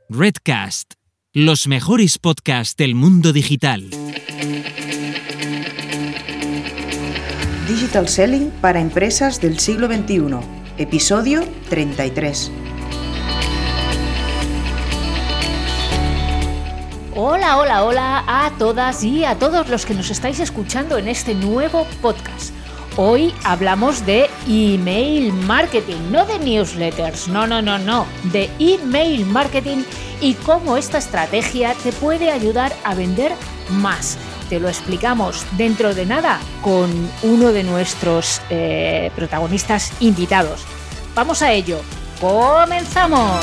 Redcast, los mejores podcasts del mundo digital. Digital Selling para empresas del siglo XXI, episodio 33. Hola a todas y a todos los que nos estáis escuchando en este nuevo podcast. Hoy hablamos de email marketing, no de newsletters, no, de email marketing y cómo esta estrategia te puede ayudar a vender más. Te lo explicamos dentro de nada con uno de nuestros protagonistas invitados. Vamos a ello, ¡comenzamos!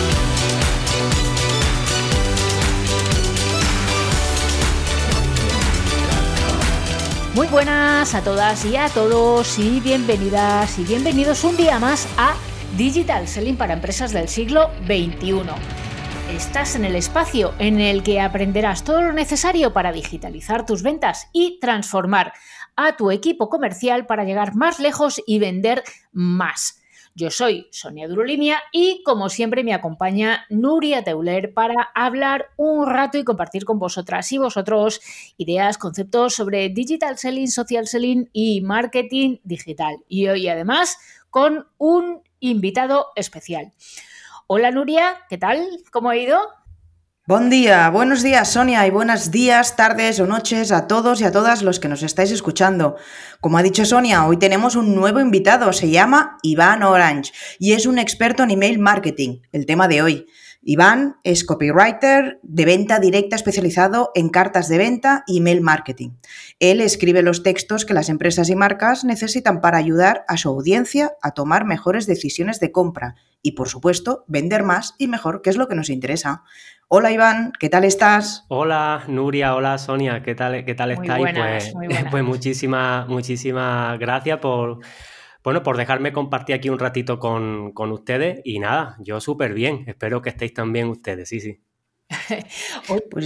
Muy buenas a todas y a todos y bienvenidas y bienvenidos un día más a Digital Selling para empresas del siglo XXI. Estás en el espacio en el que aprenderás todo lo necesario para digitalizar tus ventas y transformar a tu equipo comercial para llegar más lejos y vender más. Yo soy Sonia Durolimia y, como siempre, me acompaña Nuria Teuler para hablar un rato y compartir con vosotras y vosotros ideas, conceptos sobre digital selling, social selling y marketing digital. Y hoy, además, con un invitado especial. Hola, Nuria, ¿qué tal? ¿Cómo ha ido? Buen día, buenos días Sonia y buenos días, tardes o noches a todos y a todas los que nos estáis escuchando. Como ha dicho Sonia, hoy tenemos un nuevo invitado, se llama Iván Orange y es un experto en email marketing, el tema de hoy. Iván es copywriter de venta directa especializado en cartas de venta y email marketing. Él escribe los textos que las empresas y marcas necesitan para ayudar a su audiencia a tomar mejores decisiones de compra y, por supuesto, vender más y mejor, que es lo que nos interesa. Hola Iván, ¿qué tal estás? Hola Nuria, hola Sonia, ¿qué tal estáis? Buenas, muy buenas. Pues muchísimas gracias por dejarme compartir aquí un ratito con ustedes y nada, yo súper bien, espero que estéis también ustedes, sí. Pues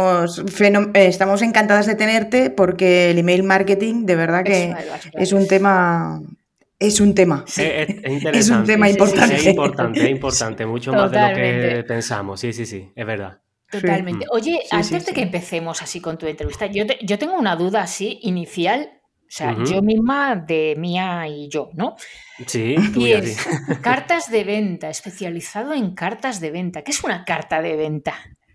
estamos encantadas de tenerte porque el email marketing de verdad que es un tema... Es un tema. Sí. Es interesante. Es un tema importante. Sí. Es importante, mucho Totalmente. Más de lo que pensamos, sí, es verdad. Totalmente. Oye, antes de que empecemos así con tu entrevista, yo tengo una duda así inicial, o sea, yo misma de mía y yo, ¿no? Sí, y es cartas de venta, especializado en cartas de venta. ¿Qué es una carta de venta?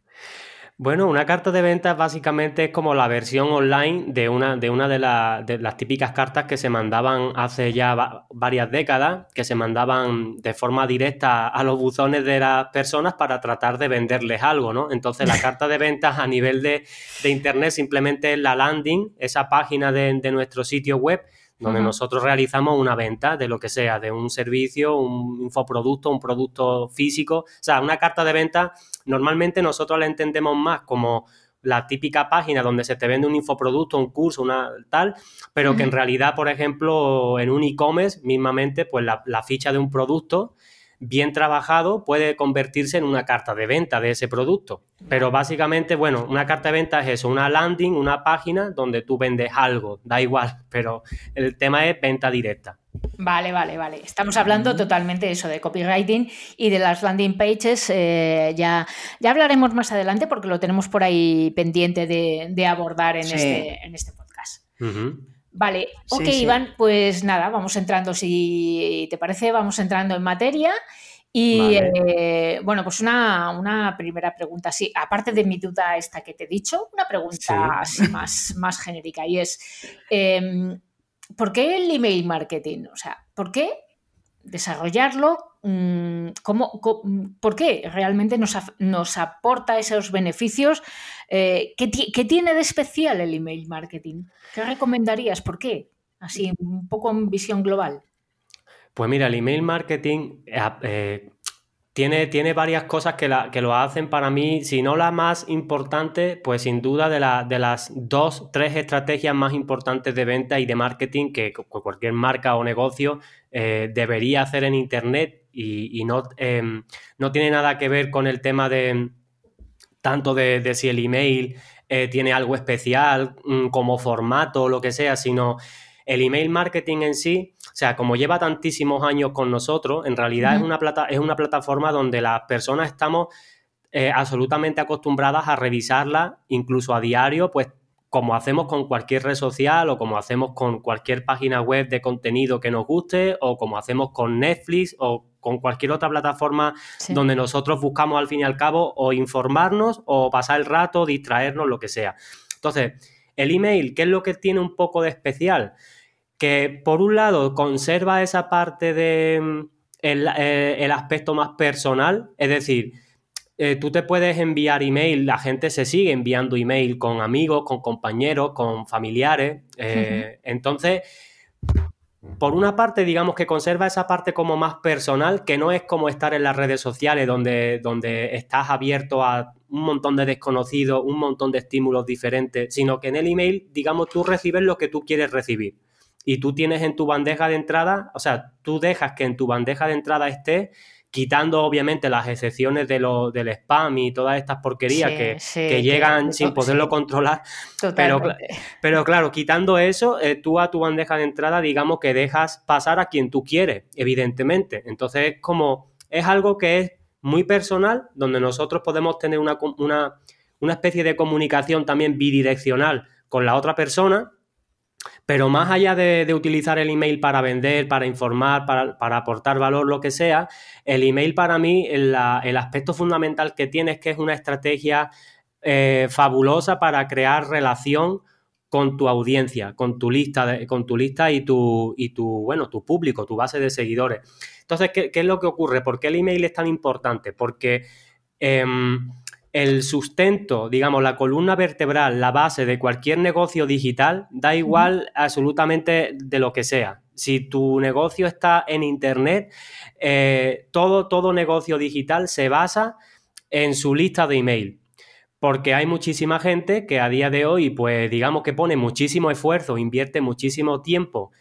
Bueno, una carta de ventas básicamente es como la versión online de una de las típicas cartas que se mandaban hace ya varias décadas, que se mandaban de forma directa a los buzones de las personas para tratar de venderles algo, ¿no? Entonces la carta de ventas a nivel de internet simplemente es la landing, esa página de nuestro sitio web, donde nosotros realizamos una venta de lo que sea, de un servicio, un infoproducto, un producto físico. O sea, una carta de venta normalmente nosotros la entendemos más como la típica página donde se te vende un infoproducto, un curso, una tal, pero que en realidad, por ejemplo, en un e-commerce mismamente, pues la ficha de un producto bien trabajado puede convertirse en una carta de venta de ese producto. Pero básicamente, bueno, una carta de venta es eso, una landing, una página donde tú vendes algo, da igual, pero el tema es venta directa. Vale. Estamos hablando totalmente de eso, de copywriting y de las landing pages. Ya hablaremos más adelante porque lo tenemos por ahí pendiente de abordar en este podcast. Vale, ok, sí. Iván, pues nada, vamos entrando, si te parece, vamos entrando en materia. Y vale. Bueno, pues una primera pregunta, sí, aparte de mi duda esta que te he dicho, una pregunta así más genérica y es, ¿por qué el email marketing? O sea, ¿por qué desarrollarlo? ¿Por qué realmente nos aporta esos beneficios? ¿Qué tiene de especial el email marketing? ¿Qué recomendarías? ¿Por qué? Así, un poco en visión global. Pues mira, el email marketing tiene varias cosas que lo hacen para mí, si no la más importante, pues sin duda de las 2-3 estrategias más importantes de venta y de marketing que cualquier marca o negocio debería hacer en Internet y no tiene nada que ver con el tema de tanto de si el email tiene algo especial como formato o lo que sea, sino el email marketing en sí, o sea, como lleva tantísimos años con nosotros, en realidad es una plataforma donde las personas estamos absolutamente acostumbradas a revisarla, incluso a diario, pues como hacemos con cualquier red social o como hacemos con cualquier página web de contenido que nos guste o como hacemos con Netflix o con cualquier otra plataforma donde nosotros buscamos al fin y al cabo o informarnos o pasar el rato, distraernos, lo que sea. Entonces, el email, ¿qué es lo que tiene un poco de especial? Que por un lado conserva esa parte de el aspecto más personal, es decir, tú te puedes enviar email, la gente se sigue enviando email con amigos, con compañeros, con familiares. Entonces, por una parte, digamos que conserva esa parte como más personal, que no es como estar en las redes sociales donde estás abierto a un montón de desconocidos, un montón de estímulos diferentes, sino que en el email, digamos, tú recibes lo que tú quieres recibir. Y tú tienes en tu bandeja de entrada, o sea, tú dejas que en tu bandeja de entrada esté, quitando obviamente las excepciones del spam y todas estas porquerías que llegan sin poderlo controlar. Pero claro, quitando eso, tú a tu bandeja de entrada, digamos que dejas pasar a quien tú quieres, evidentemente. Entonces es algo que es muy personal, donde nosotros podemos tener una especie de comunicación también bidireccional con la otra persona. Pero más allá de utilizar el email para vender, para informar, para aportar valor, lo que sea, el email para mí, el aspecto fundamental que tiene es que es una estrategia fabulosa para crear relación con tu audiencia, con tu lista y tu público, tu base de seguidores. Entonces, ¿qué es lo que ocurre? ¿Por qué el email es tan importante? Porque el sustento, digamos, la columna vertebral, la base de cualquier negocio digital, da igual absolutamente de lo que sea. Si tu negocio está en Internet, todo negocio digital se basa en su lista de email. Porque hay muchísima gente que a día de hoy, pues digamos que pone muchísimo esfuerzo, invierte muchísimo tiempo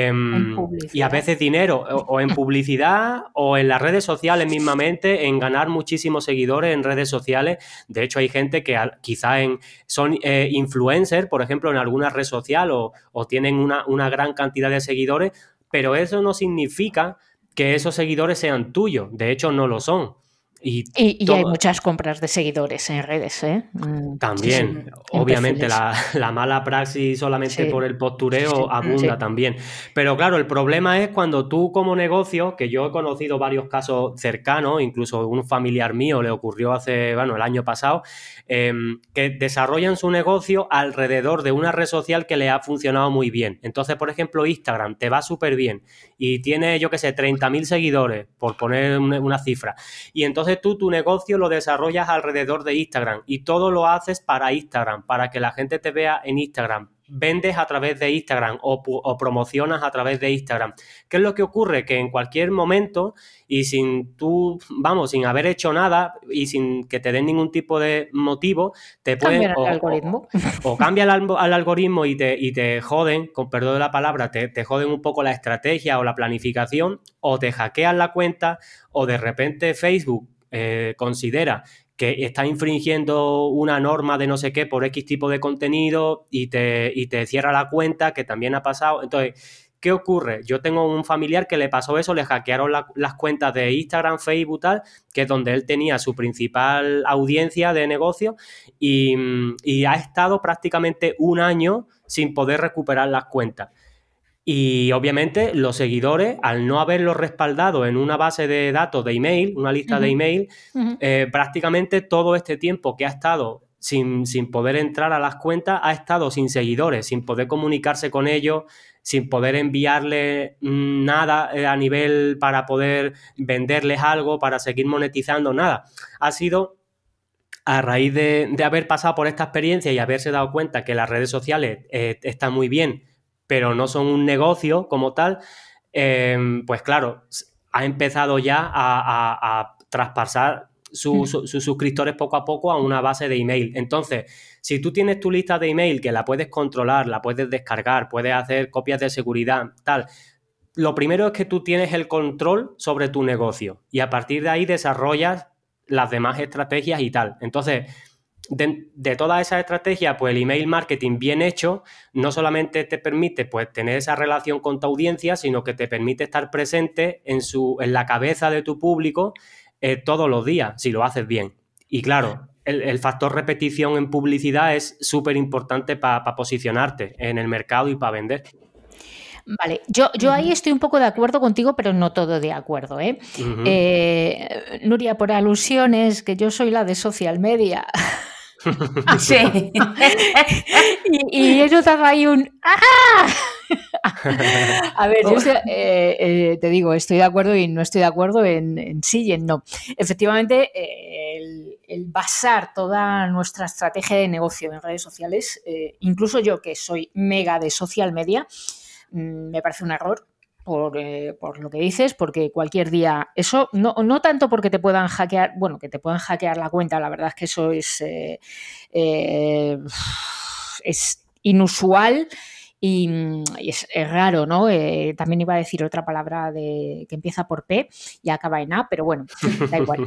y a veces dinero o en publicidad o en las redes sociales mismamente, en ganar muchísimos seguidores en redes sociales. De hecho, hay gente que quizás son influencers, por ejemplo, en alguna red social o tienen una gran cantidad de seguidores, pero eso no significa que esos seguidores sean tuyos. De hecho, no lo son. Y hay muchas compras de seguidores en redes, ¿eh? También, sí, obviamente la mala praxis solamente por el postureo abunda también. Pero claro, el problema es cuando tú como negocio, que yo he conocido varios casos cercanos, incluso un familiar mío le ocurrió el año pasado, que desarrollan su negocio alrededor de una red social que le ha funcionado muy bien. Entonces, por ejemplo, Instagram te va súper bien y tiene, 30.000 seguidores, por poner una cifra. Y entonces tu negocio lo desarrollas alrededor de Instagram y todo lo haces para Instagram, para que la gente te vea en Instagram. Vendes a través de Instagram o promocionas a través de Instagram. ¿Qué es lo que ocurre? Que en cualquier momento y sin haber hecho nada y sin que te den ningún tipo de motivo, te pueden... Cambian el algoritmo. O cambian al algoritmo y te joden, con perdón de la palabra, te joden un poco la estrategia o la planificación, o te hackean la cuenta, o de repente Facebook considera que está infringiendo una norma de no sé qué por X tipo de contenido y te cierra la cuenta, que también ha pasado. Entonces, ¿qué ocurre? Yo tengo un familiar que le pasó eso, le hackearon las cuentas de Instagram, Facebook, tal, que es donde él tenía su principal audiencia de negocio y ha estado prácticamente un año sin poder recuperar las cuentas. Y obviamente los seguidores, al no haberlo respaldado en una base de datos de email, una lista de email, prácticamente todo este tiempo que ha estado sin poder entrar a las cuentas, ha estado sin seguidores, sin poder comunicarse con ellos, sin poder enviarle nada a nivel para poder venderles algo, para seguir monetizando, nada. Ha sido a raíz de haber pasado por esta experiencia y haberse dado cuenta que las redes sociales están muy bien, pero no son un negocio como tal, pues claro, ha empezado ya a traspasar sus suscriptores poco a poco a una base de email. Entonces, si tú tienes tu lista de email que la puedes controlar, la puedes descargar, puedes hacer copias de seguridad, tal, lo primero es que tú tienes el control sobre tu negocio y a partir de ahí desarrollas las demás estrategias y tal. Entonces, de todas esas estrategias, pues el email marketing bien hecho no solamente te permite pues tener esa relación con tu audiencia, sino que te permite estar presente en la cabeza de tu público todos los días, si lo haces bien. Y claro, el factor repetición en publicidad es súper importante para posicionarte en el mercado y para vender. Vale, yo ahí estoy un poco de acuerdo contigo, pero no todo de acuerdo, ¿eh? Nuria, por alusiones, que yo soy la de social media. Sí. y he notado ahí un ¡ah! A ver, yo te digo, estoy de acuerdo y no estoy de acuerdo en sí y en no. Efectivamente, el basar toda nuestra estrategia de negocio en redes sociales, incluso yo que soy mega de social media, me parece un error. Por lo que dices, porque cualquier día, eso no tanto porque te puedan hackear, bueno, que te puedan hackear la cuenta, la verdad es que eso es inusual y es raro, ¿no? También iba a decir otra palabra que empieza por P y acaba en A, pero bueno, da igual.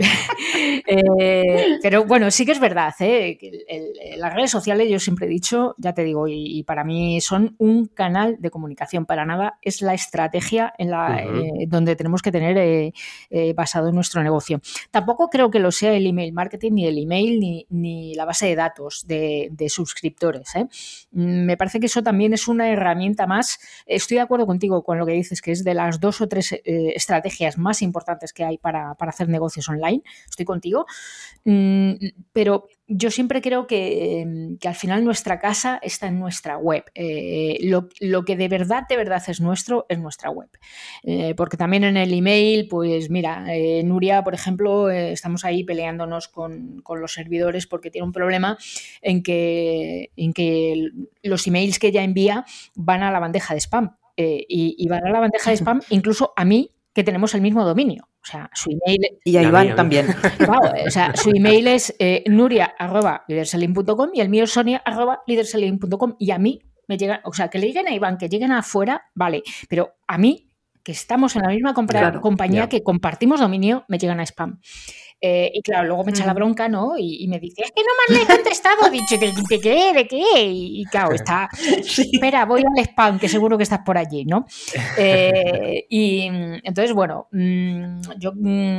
Pero bueno, sí que es verdad, las redes sociales, yo siempre he dicho, ya te digo, y para mí son un canal de comunicación, para nada es la estrategia donde tenemos que tener basado en nuestro negocio. Tampoco creo que lo sea el email marketing, ni el email, ni la base de datos de suscriptores. Me parece que eso también es una herramienta más. Estoy de acuerdo contigo con lo que dices, que es de las 2 o 3 estrategias más importantes que hay para hacer negocios online. Estoy contigo. Pero yo siempre creo que al final nuestra casa está en nuestra web. Lo que de verdad es nuestro es nuestra web. Porque también en el email, pues mira, Nuria, por ejemplo, estamos ahí peleándonos con los servidores porque tiene un problema en que los emails que ella envía van a la bandeja de spam. Y van a la bandeja de spam incluso a mí, que tenemos el mismo dominio. O sea, su email... Y a Iván también. Wow, o sea, su email es nuria@leaderselling.com y el mío es sonia@leaderselling.com y a mí me llegan... O sea, que le lleguen a Iván, que lleguen afuera, vale, pero a mí, que estamos en la misma compañía, que compartimos dominio, me llegan a spam. Y claro, luego me echa la bronca, ¿no? Y me dice, es que no me has contestado. Dicho, ¿de qué? Y claro, está... Sí. Espera, voy al spam, que seguro que estás por allí, ¿no? Y entonces, bueno, yo...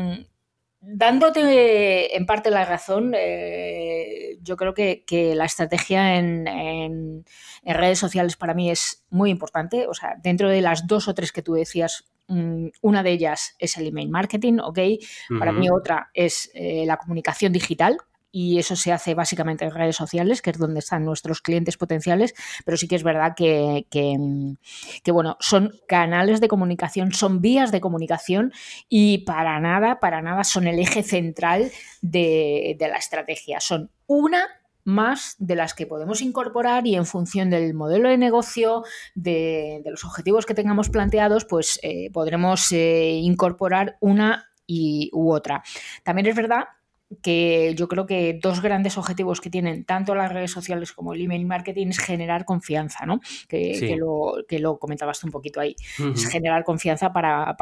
dándote en parte la razón, yo creo que la estrategia en redes sociales para mí es muy importante. O sea, dentro de las 2 o 3 que tú decías, una de ellas es el email marketing, ¿ok? Para mí otra es la comunicación digital. Y eso se hace básicamente en redes sociales, que es donde están nuestros clientes potenciales, pero sí que es verdad que bueno, son canales de comunicación, son vías de comunicación y para nada son el eje central de la estrategia. Son una más de las que podemos incorporar y en función del modelo de negocio, de los objetivos que tengamos planteados, pues podremos incorporar una u otra. También es verdad que yo creo que 2 grandes objetivos que tienen tanto las redes sociales como el email marketing es generar confianza, ¿no? Que lo comentabas tú un poquito ahí. Es generar confianza para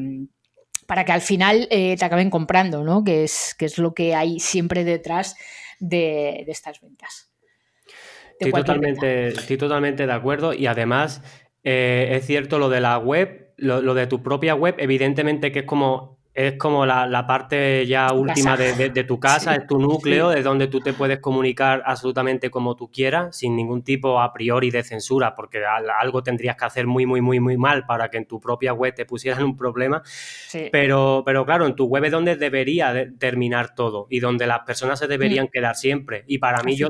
que al final te acaben comprando, ¿no? Que es lo que hay siempre detrás de estas ventas. Estoy totalmente de acuerdo y además es cierto lo de la web, lo de tu propia web, evidentemente que es como la parte ya última de tu casa, sí, es tu núcleo, sí, de donde tú te puedes comunicar absolutamente como tú quieras, sin ningún tipo a priori de censura, porque algo tendrías que hacer muy, muy, muy, muy mal para que en tu propia web te pusieran un problema. Sí. Pero claro, en tu web es donde debería terminar todo y donde las personas se deberían quedar siempre. Y para mí, yo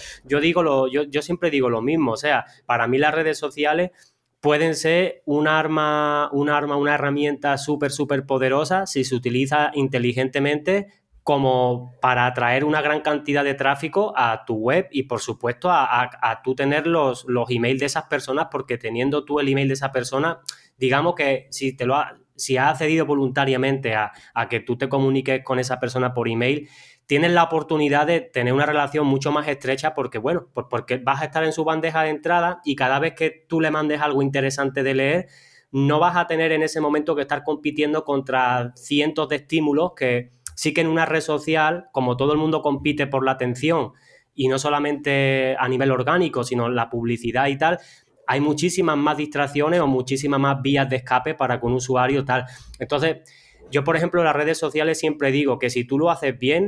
siempre digo lo mismo, o sea, para mí las redes sociales pueden ser una herramienta súper, súper poderosa si se utiliza inteligentemente como para atraer una gran cantidad de tráfico a tu web y, por supuesto, a tú tener los emails de esas personas, porque teniendo tú el email de esa persona, digamos que si has accedido voluntariamente a que tú te comuniques con esa persona por email, tienes la oportunidad de tener una relación mucho más estrecha porque vas a estar en su bandeja de entrada y cada vez que tú le mandes algo interesante de leer, no vas a tener en ese momento que estar compitiendo contra cientos de estímulos que sí que en una red social, como todo el mundo compite por la atención y no solamente a nivel orgánico, sino la publicidad y tal, hay muchísimas más distracciones o muchísimas más vías de escape para que un usuario tal. Entonces, yo, por ejemplo, en las redes sociales siempre digo que si tú lo haces bien,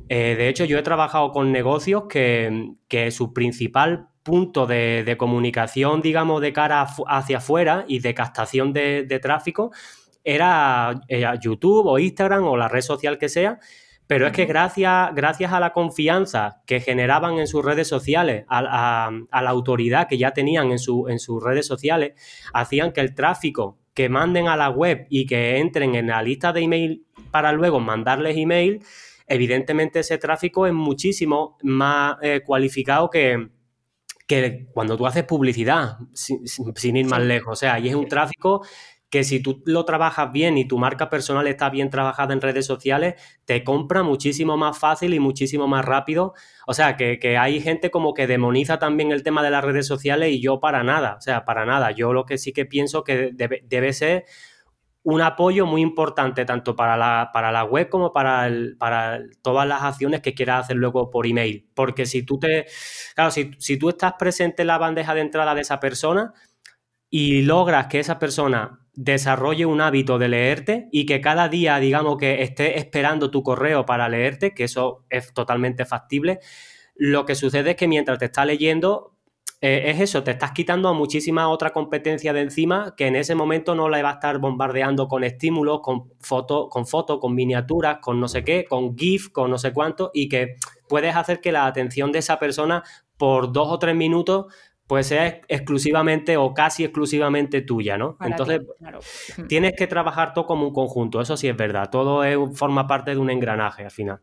De hecho, yo he trabajado con negocios que su principal punto de comunicación, digamos, de cara hacia afuera y de captación de tráfico era YouTube o Instagram o la red social que sea, pero es que gracias a la confianza que generaban en sus redes sociales, a la autoridad que ya tenían en sus redes sociales, hacían que el tráfico que manden a la web y que entren en la lista de email para luego mandarles email, evidentemente ese tráfico es muchísimo más cualificado que cuando tú haces publicidad, sin ir más lejos. O sea, y es un tráfico que si tú lo trabajas bien y tu marca personal está bien trabajada en redes sociales, te compra muchísimo más fácil y muchísimo más rápido. O sea, que hay gente como que demoniza también el tema de las redes sociales y yo para nada. O sea, para nada. Yo lo que sí que pienso que debe ser un apoyo muy importante tanto para la web como para todas las acciones que quieras hacer luego por email. Porque si tú si tú estás presente en la bandeja de entrada de esa persona y logras que esa persona desarrolle un hábito de leerte y que cada día, digamos, que esté esperando tu correo para leerte, que eso es totalmente factible, lo que sucede es que mientras te está leyendo, es eso, te estás quitando a muchísima otra competencia de encima que en ese momento no la va a estar bombardeando con estímulos, con fotos, con miniaturas, con no sé qué, con GIF, con no sé cuánto, y que puedes hacer que la atención de esa persona por 2 o 3 minutos pues sea exclusivamente o casi exclusivamente tuya, ¿no? Entonces, claro, tienes que trabajar todo como un conjunto, eso sí es verdad, todo forma parte de un engranaje al final.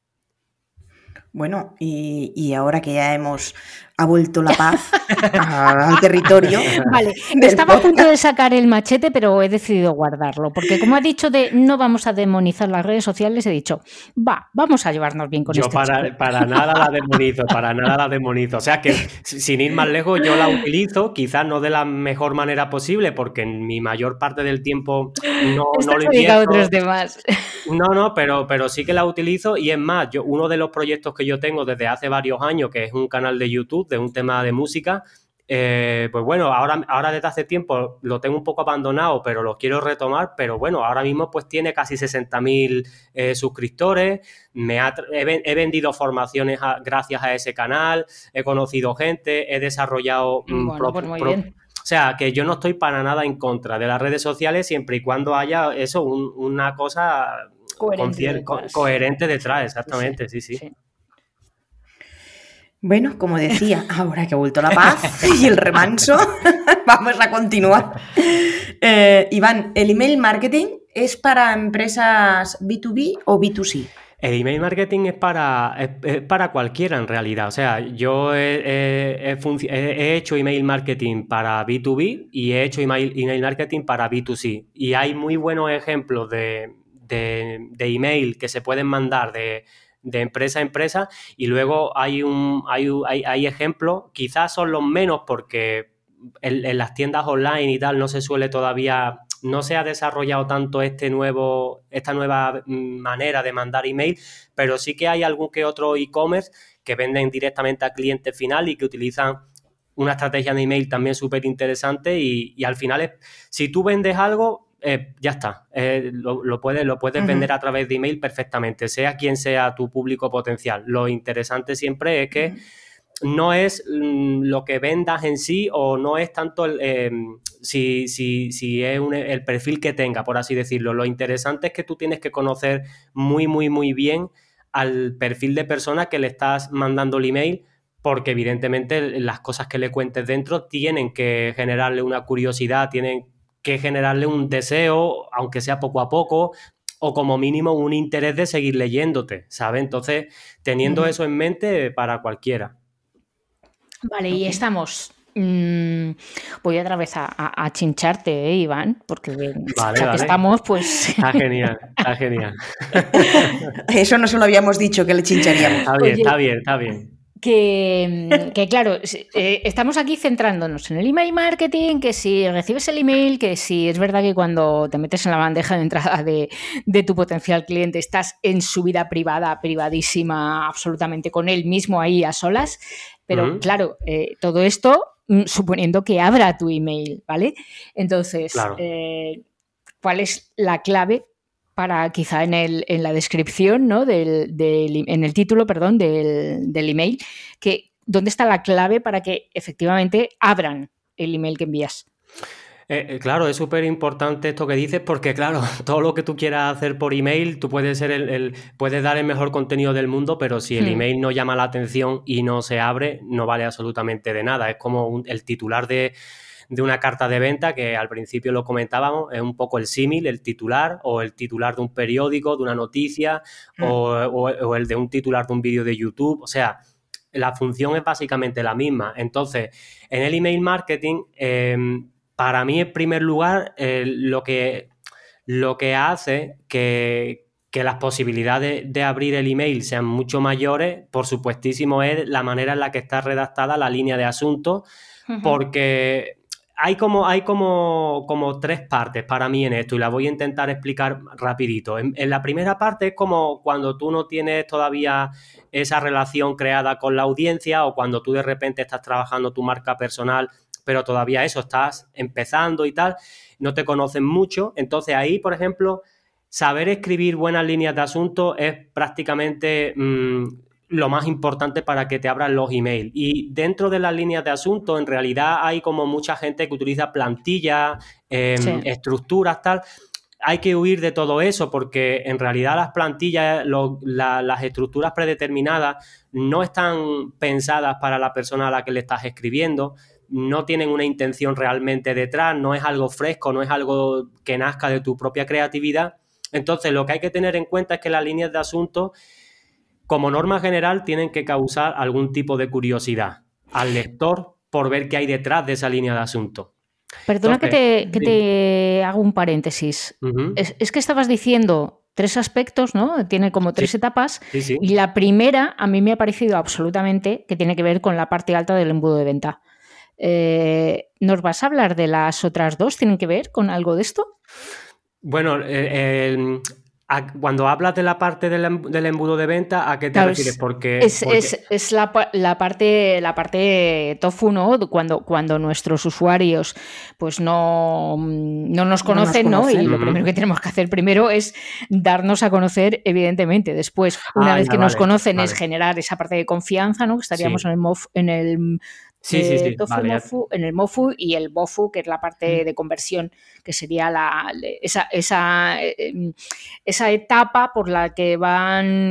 Bueno, y ahora que ya ha vuelto la paz al territorio. Vale, estaba a punto de sacar el machete, pero he decidido guardarlo, porque como ha dicho no vamos a demonizar las redes sociales, he dicho, vamos a llevarnos bien con esto. Yo para nada la demonizo. O sea que, sin ir más lejos, yo la utilizo, quizás no de la mejor manera posible, porque en mi mayor parte del tiempo no lo invierto. A otros demás. No, pero sí que la utilizo, y es más, uno de los proyectos que yo tengo desde hace varios años, que es un canal de YouTube de un tema de música, pues bueno, ahora desde hace tiempo lo tengo un poco abandonado, pero lo quiero retomar, pero bueno, ahora mismo pues tiene casi 60.000 suscriptores, he vendido formaciones gracias a ese canal, he conocido gente, he desarrollado... pues muy bien. O sea, que yo no estoy para nada en contra de las redes sociales siempre y cuando haya eso, una cosa coherente detrás, exactamente, sí. Bueno, como decía, ahora que ha vuelto la paz y el remanso, vamos a continuar. Iván, ¿el email marketing es para empresas B2B o B2C? El email marketing es para cualquiera en realidad. O sea, yo he hecho email marketing para B2B y he hecho email marketing para B2C. Y hay muy buenos ejemplos de email que se pueden mandar de empresa a empresa, y luego hay ejemplos, quizás son los menos porque en las tiendas online y tal no se suele todavía... No se ha desarrollado tanto esta nueva manera de mandar email, pero sí que hay algún que otro e-commerce que venden directamente al cliente final y que utilizan una estrategia de email también súper interesante, y al final, si tú vendes algo, ya está. Lo puedes vender a través de email perfectamente, sea quien sea tu público potencial. Lo interesante siempre es que no es lo que vendas en sí, o no es tanto si es el perfil que tenga, por así decirlo. Lo interesante es que tú tienes que conocer muy, muy, muy bien al perfil de persona que le estás mandando el email, porque evidentemente las cosas que le cuentes dentro tienen que generarle una curiosidad, tienen que generarle un deseo, aunque sea poco a poco, o como mínimo un interés de seguir leyéndote, ¿sabes? Entonces, teniendo eso en mente, para cualquiera. Vale, y estamos... voy otra vez a chincharte, Iván, porque ya que estamos, pues... Está genial. Eso no se lo habíamos dicho, que le chincharíamos. Está bien. Que claro, estamos aquí centrándonos en el email marketing, que si recibes el email, que si es verdad que cuando te metes en la bandeja de entrada de tu potencial cliente estás en su vida privada, privadísima, absolutamente con él mismo ahí a solas, pero claro, todo esto suponiendo que abra tu email, ¿vale? Entonces, claro. ¿Cuál es la clave para quizá en la descripción, ¿no? En el título, perdón, del email, ¿dónde está la clave para que efectivamente abran el email que envías? Claro, es súper importante esto que dices porque, claro, todo lo que tú quieras hacer por email, tú puedes ser puedes dar el mejor contenido del mundo, pero si el email no llama la atención y no se abre, no vale absolutamente de nada. Es como el titular de una carta de venta, que al principio lo comentábamos, es un poco el símil, el titular, o el titular de un periódico, de una noticia, o el de un titular de un vídeo de YouTube. O sea, la función es básicamente la misma. Entonces, en el email marketing, para mí, en primer lugar, lo que hace que las posibilidades de abrir el email sean mucho mayores, por supuestísimo, es la manera en la que está redactada la línea de asuntos, porque hay como tres partes para mí en esto y la voy a intentar explicar rapidito. En la primera parte es como cuando tú no tienes todavía esa relación creada con la audiencia o cuando tú de repente estás trabajando tu marca personal, pero todavía estás empezando y tal, no te conocen mucho. Entonces ahí, por ejemplo, saber escribir buenas líneas de asunto es prácticamente lo más importante para que te abran los emails. Y dentro de las líneas de asunto, en realidad hay como mucha gente que utiliza plantillas, estructuras, tal. Hay que huir de todo eso porque en realidad las plantillas, las estructuras predeterminadas no están pensadas para la persona a la que le estás escribiendo, no tienen una intención realmente detrás, no es algo fresco, no es algo que nazca de tu propia creatividad. Entonces, lo que hay que tener en cuenta es que las líneas de asunto, como norma general, tienen que causar algún tipo de curiosidad al lector por ver qué hay detrás de esa línea de asunto. Perdona. Entonces, que te hago un paréntesis. Es que estabas diciendo 3 aspectos, ¿no? Tiene como 3 etapas. Sí. Y la primera a mí me ha parecido absolutamente que tiene que ver con la parte alta del embudo de venta. ¿Nos vas a hablar de las otras 2? ¿Tienen que ver con algo de esto? Bueno, cuando hablas de la parte del embudo de venta, ¿a qué te refieres? Porque es la parte tofu, ¿no? Cuando nuestros usuarios pues no nos conocen, ¿no? Y lo primero que tenemos que hacer primero es darnos a conocer, evidentemente. Después, una vez que nos conocen, es generar esa parte de confianza, ¿no? Que estaríamos en el tofu, vale, mofu, en el mofu y el bofu, que es la parte de conversión, que sería esa etapa por la que van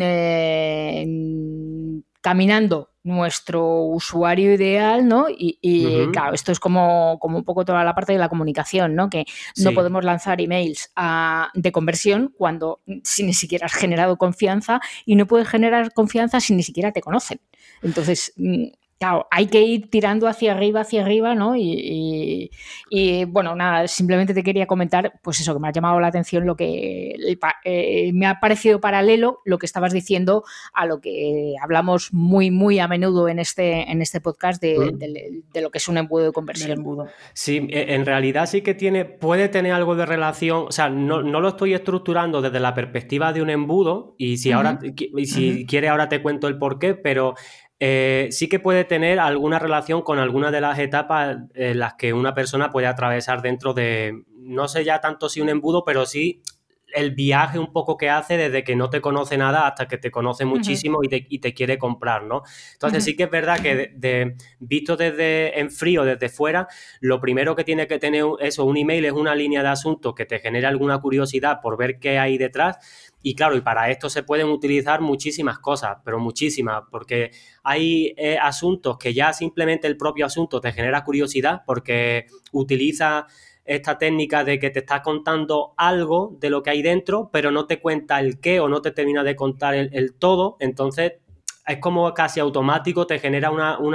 caminando nuestro usuario ideal, ¿no? Y claro, esto es como un poco toda la parte de la comunicación, ¿no? Que no podemos lanzar emails de conversión si ni siquiera has generado confianza, y no puedes generar confianza si ni siquiera te conocen. Entonces, claro, hay que ir tirando hacia arriba, ¿no? Y bueno, nada, simplemente te quería comentar, pues eso, que me ha llamado la atención lo que me ha parecido paralelo lo que estabas diciendo a lo que hablamos muy, muy a menudo en este podcast de lo que es un embudo de conversión. Sí, en realidad sí que puede tener algo de relación, o sea, no lo estoy estructurando desde la perspectiva de un embudo, y si quieres ahora te cuento el porqué, pero sí que puede tener alguna relación con alguna de las etapas en las que una persona puede atravesar dentro de, no sé ya tanto si un embudo, pero sí el viaje un poco que hace desde que no te conoce nada hasta que te conoce muchísimo y te quiere comprar, ¿no? Entonces sí que es verdad que visto desde en frío, desde fuera, lo primero que tiene que tener un email es una línea de asuntos que te genere alguna curiosidad por ver qué hay detrás. Y claro, y para esto se pueden utilizar muchísimas cosas, pero muchísimas, porque hay asuntos que ya simplemente el propio asunto te genera curiosidad porque utiliza esta técnica de que te está contando algo de lo que hay dentro, pero no te cuenta el qué o no te termina de contar el todo. Entonces es como casi automático, te genera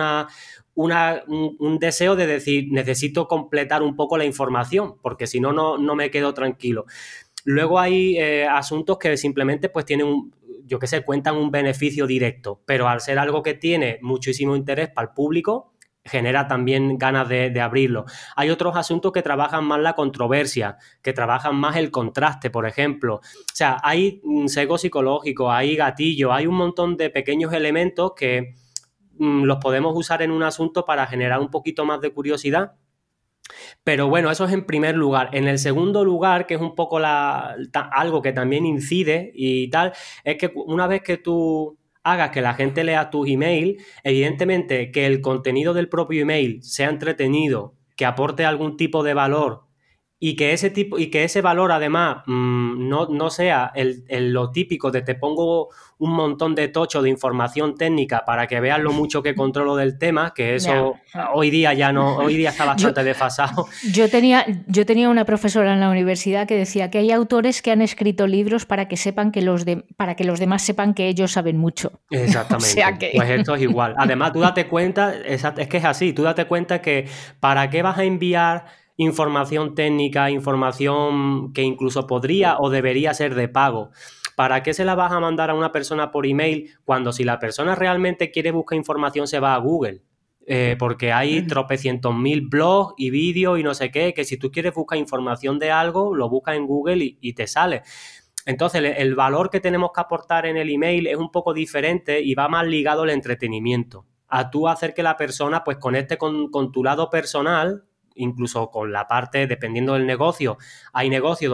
un deseo de decir, necesito completar un poco la información, porque si no, no me quedo tranquilo. Luego hay asuntos que simplemente pues tienen cuentan un beneficio directo, pero al ser algo que tiene muchísimo interés para el público, genera también ganas de abrirlo. Hay otros asuntos que trabajan más la controversia, que trabajan más el contraste, por ejemplo. O sea, hay sesgo psicológico, hay gatillo, hay un montón de pequeños elementos que los podemos usar en un asunto para generar un poquito más de curiosidad. Pero bueno, eso es en primer lugar. En el segundo lugar, que es un poco algo que también incide y tal, es que una vez que tú hagas que la gente lea tus emails, evidentemente que el contenido del propio email sea entretenido, que aporte algún tipo de valor y que ese valor además no sea lo típico de te pongo un montón de tocho de información técnica para que veas lo mucho que controlo del tema, que eso hoy día está bastante desfasado. Yo tenía una profesora en la universidad que decía que hay autores que han escrito libros para que sepan para que los demás sepan que ellos saben mucho. Exactamente. O sea que... Pues esto es igual. Además, tú date cuenta, es que es así, tú date cuenta que ¿para qué vas a enviar información técnica, información que incluso podría o debería ser de pago? ¿Para qué se la vas a mandar a una persona por email cuando si la persona realmente quiere buscar información se va a Google? Porque hay tropecientos mil blogs y vídeos y no sé qué, que si tú quieres buscar información de algo, lo buscas en Google y te sale. Entonces, el valor que tenemos que aportar en el email es un poco diferente y va más ligado al entretenimiento. A tú hacer que la persona pues conecte con tu lado personal, incluso con la parte, dependiendo del negocio, hay negocios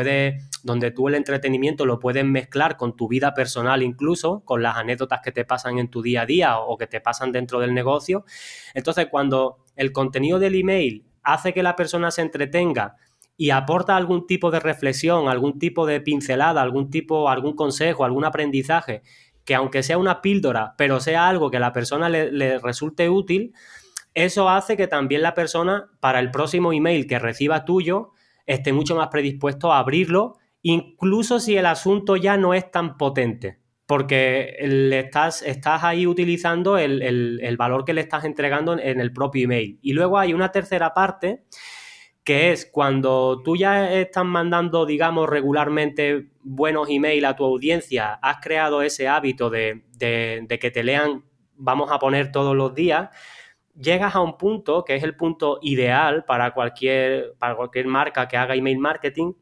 donde tú el entretenimiento lo puedes mezclar con tu vida personal, incluso con las anécdotas que te pasan en tu día a día o que te pasan dentro del negocio. Entonces, cuando el contenido del email hace que la persona se entretenga y aporta algún tipo de reflexión, algún tipo de pincelada, algún consejo, algún aprendizaje, que aunque sea una píldora, pero sea algo que a la persona le resulte útil, eso hace que también la persona, para el próximo email que reciba tuyo, esté mucho más predispuesto a abrirlo, incluso si el asunto ya no es tan potente, porque estás ahí utilizando el valor que le estás entregando en el propio email. Y luego hay una tercera parte, que es cuando tú ya estás mandando, digamos, regularmente buenos emails a tu audiencia, has creado ese hábito de que te lean, vamos a poner todos los días, llegas a un punto que es el punto ideal para cualquier marca que haga email marketing,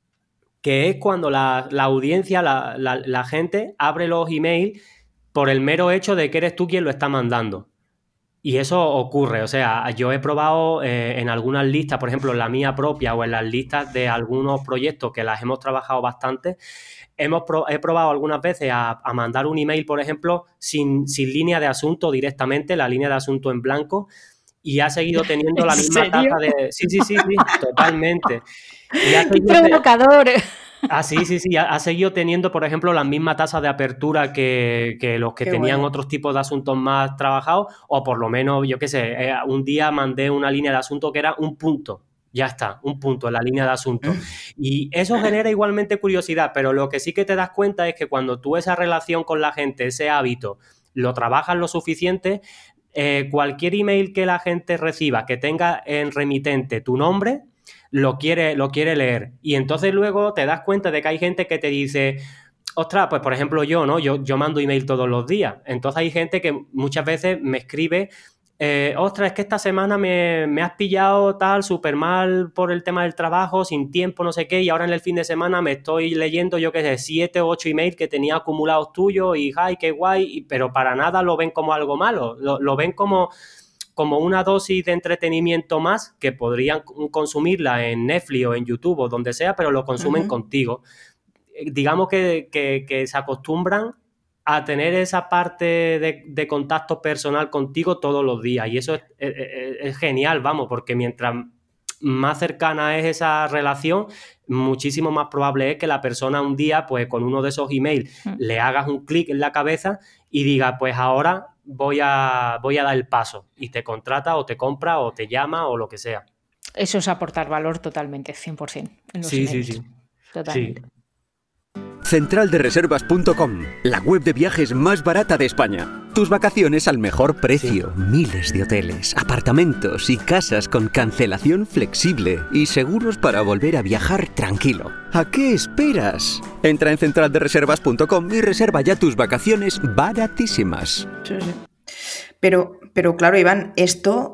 que es cuando la audiencia, la gente abre los emails por el mero hecho de que eres tú quien lo está mandando. Y eso ocurre, o sea, yo he probado en algunas listas, por ejemplo, en la mía propia o en las listas de algunos proyectos que las hemos trabajado bastante, he probado algunas veces a mandar un email, por ejemplo, sin línea de asunto directamente, la línea de asunto en blanco, y ha seguido teniendo la misma tasa de... Sí, totalmente. ¡Qué provocador! Sí. Ha seguido teniendo, por ejemplo, la misma tasa de apertura que los que tenían otros tipos de asuntos más trabajados, o por lo menos, yo qué sé, un día mandé una línea de asunto que era un punto. Ya está, un punto en la línea de asunto. Y eso genera igualmente curiosidad, pero lo que sí que te das cuenta es que cuando tú esa relación con la gente, ese hábito, lo trabajas lo suficiente, cualquier email que la gente reciba que tenga en remitente tu nombre, lo quiere leer. Y entonces luego te das cuenta de que hay gente que te dice, ostras, pues por ejemplo yo mando email todos los días. Entonces hay gente que muchas veces me escribe, ostras, es que esta semana me has pillado tal súper mal por el tema del trabajo, sin tiempo, no sé qué, y ahora en el fin de semana me estoy leyendo, yo qué sé, 7 o 8 emails que tenía acumulados tuyos y ¡ay, qué guay! Pero para nada lo ven como algo malo, lo ven como una dosis de entretenimiento más que podrían consumirla en Netflix o en YouTube o donde sea, pero lo consumen contigo. Digamos que se acostumbran a tener esa parte de contacto personal contigo todos los días, y eso es genial, vamos, porque mientras más cercana es esa relación, muchísimo más probable es que la persona un día, pues con uno de esos emails, le hagas un clic en la cabeza y diga, pues ahora voy a dar el paso, y te contrata o te compra o te llama o lo que sea. Eso es aportar valor totalmente, 100% en los emails. Sí. Totalmente. Sí. Centraldereservas.com, la web de viajes más barata de España. Tus vacaciones al mejor precio. Sí. Miles de hoteles, apartamentos y casas con cancelación flexible y seguros para volver a viajar tranquilo. ¿A qué esperas? Entra en centraldereservas.com y reserva ya tus vacaciones baratísimas. Sí. Pero claro, Iván, esto...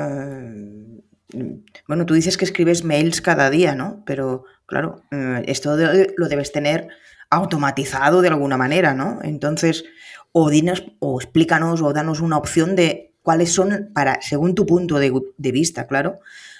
Bueno, tú dices que escribes mails cada día, ¿no? Pero claro, esto lo debes tener automatizado de alguna manera, ¿no? Entonces, o explícanos o danos una opción de cuáles son, según tu punto de vista, claro,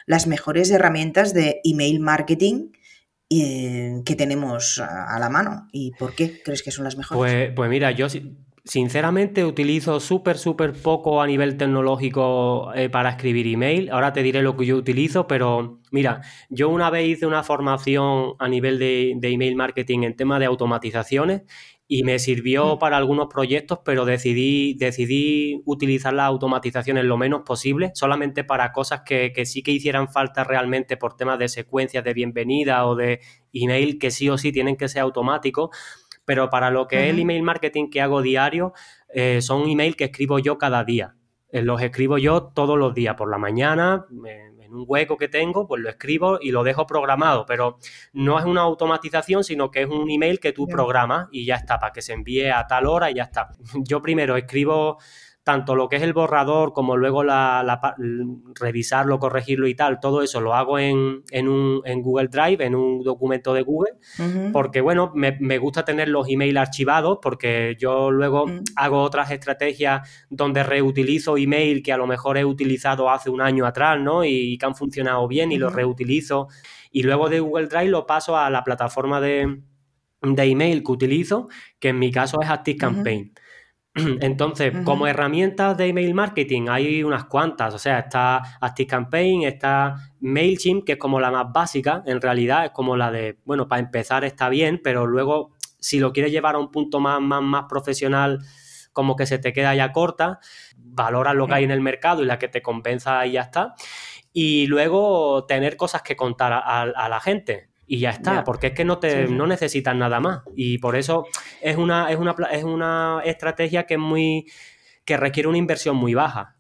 las mejores herramientas de email marketing que tenemos a la mano. ¿Y por qué crees que son las mejores? Pues mira, yo sinceramente utilizo súper poco a nivel tecnológico para escribir email. Ahora te diré lo que yo utilizo, pero mira, yo una vez hice una formación a nivel de email marketing en tema de automatizaciones y me sirvió para algunos proyectos, pero decidí utilizar las automatizaciones lo menos posible, solamente para cosas que sí que hicieran falta realmente por temas de secuencias de bienvenida o de email que sí o sí tienen que ser automáticos. Pero para lo que es el email marketing que hago diario, son email que escribo yo cada día. Los escribo yo todos los días, por la mañana, en un hueco que tengo, pues lo escribo y lo dejo programado, pero no es una automatización, sino que es un email que tú programas y ya está, para que se envíe a tal hora y ya está. Yo primero escribo tanto lo que es el borrador como luego revisarlo, corregirlo y tal, todo eso lo hago en Google Drive, en un documento de Google, porque bueno, me gusta tener los emails archivados, porque yo luego hago otras estrategias donde reutilizo email que a lo mejor he utilizado hace un año atrás, ¿no? Y que han funcionado bien y los reutilizo. Y luego de Google Drive lo paso a la plataforma de email que utilizo, que en mi caso es ActiveCampaign. Entonces, como herramientas de email marketing hay unas cuantas, o sea, está ActiveCampaign, está MailChimp, que es como la más básica, en realidad es como la de, bueno, para empezar está bien, pero luego si lo quieres llevar a un punto más profesional, como que se te queda ya corta, valora lo que hay en el mercado y la que te compensa y ya está. Y luego tener cosas que contar a la gente. Y ya está, porque es que no necesitas nada más. Y por eso es una estrategia que requiere una inversión muy baja.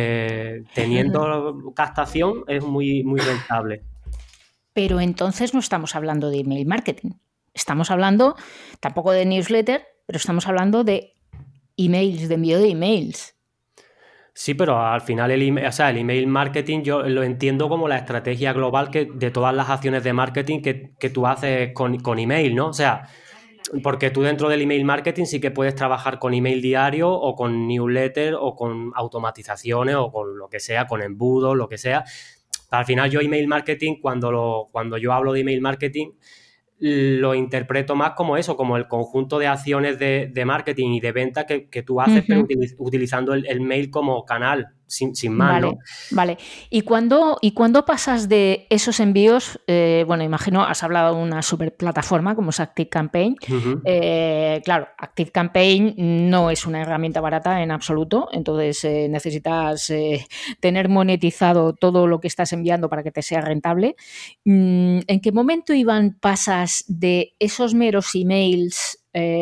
Teniendo captación es muy rentable. Pero entonces no estamos hablando de email marketing. Estamos hablando tampoco de newsletter, pero estamos hablando de emails, de envío de emails. Sí, pero al final el email marketing yo lo entiendo como la estrategia global de todas las acciones de marketing que tú haces con email, ¿no? O sea, porque tú dentro del email marketing sí que puedes trabajar con email diario o con newsletter o con automatizaciones o con lo que sea, con embudos, lo que sea. Al final yo email marketing, cuando yo hablo de email marketing, lo interpreto más como eso, como el conjunto de acciones de marketing y de venta que tú haces, pero utilizando el mail como canal, sin más, vale, ¿no? Vale. ¿Y cuándo pasas de esos envíos? Bueno, imagino, has hablado de una super plataforma como es ActiveCampaign. Claro, ActiveCampaign no es una herramienta barata en absoluto, entonces necesitas tener monetizado todo lo que estás enviando para que te sea rentable. ¿En qué momento, Iván, pasas de esos meros emails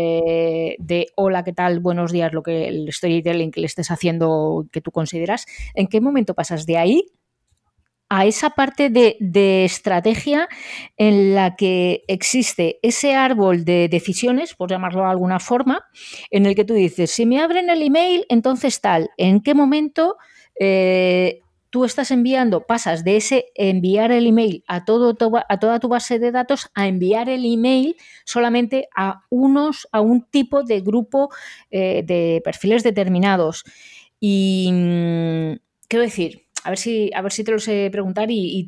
de hola, ¿qué tal? Buenos días, lo que el storytelling que le estés haciendo que tú consideras, ¿en qué momento pasas de ahí a esa parte de estrategia en la que existe ese árbol de decisiones, por llamarlo de alguna forma, en el que tú dices, si me abren el email, entonces tal, ¿en qué momento tú estás enviando, pasas de ese enviar el email a toda tu base de datos a enviar el email solamente a un tipo de grupo de perfiles determinados? Y quiero decir, a ver si te lo sé preguntar y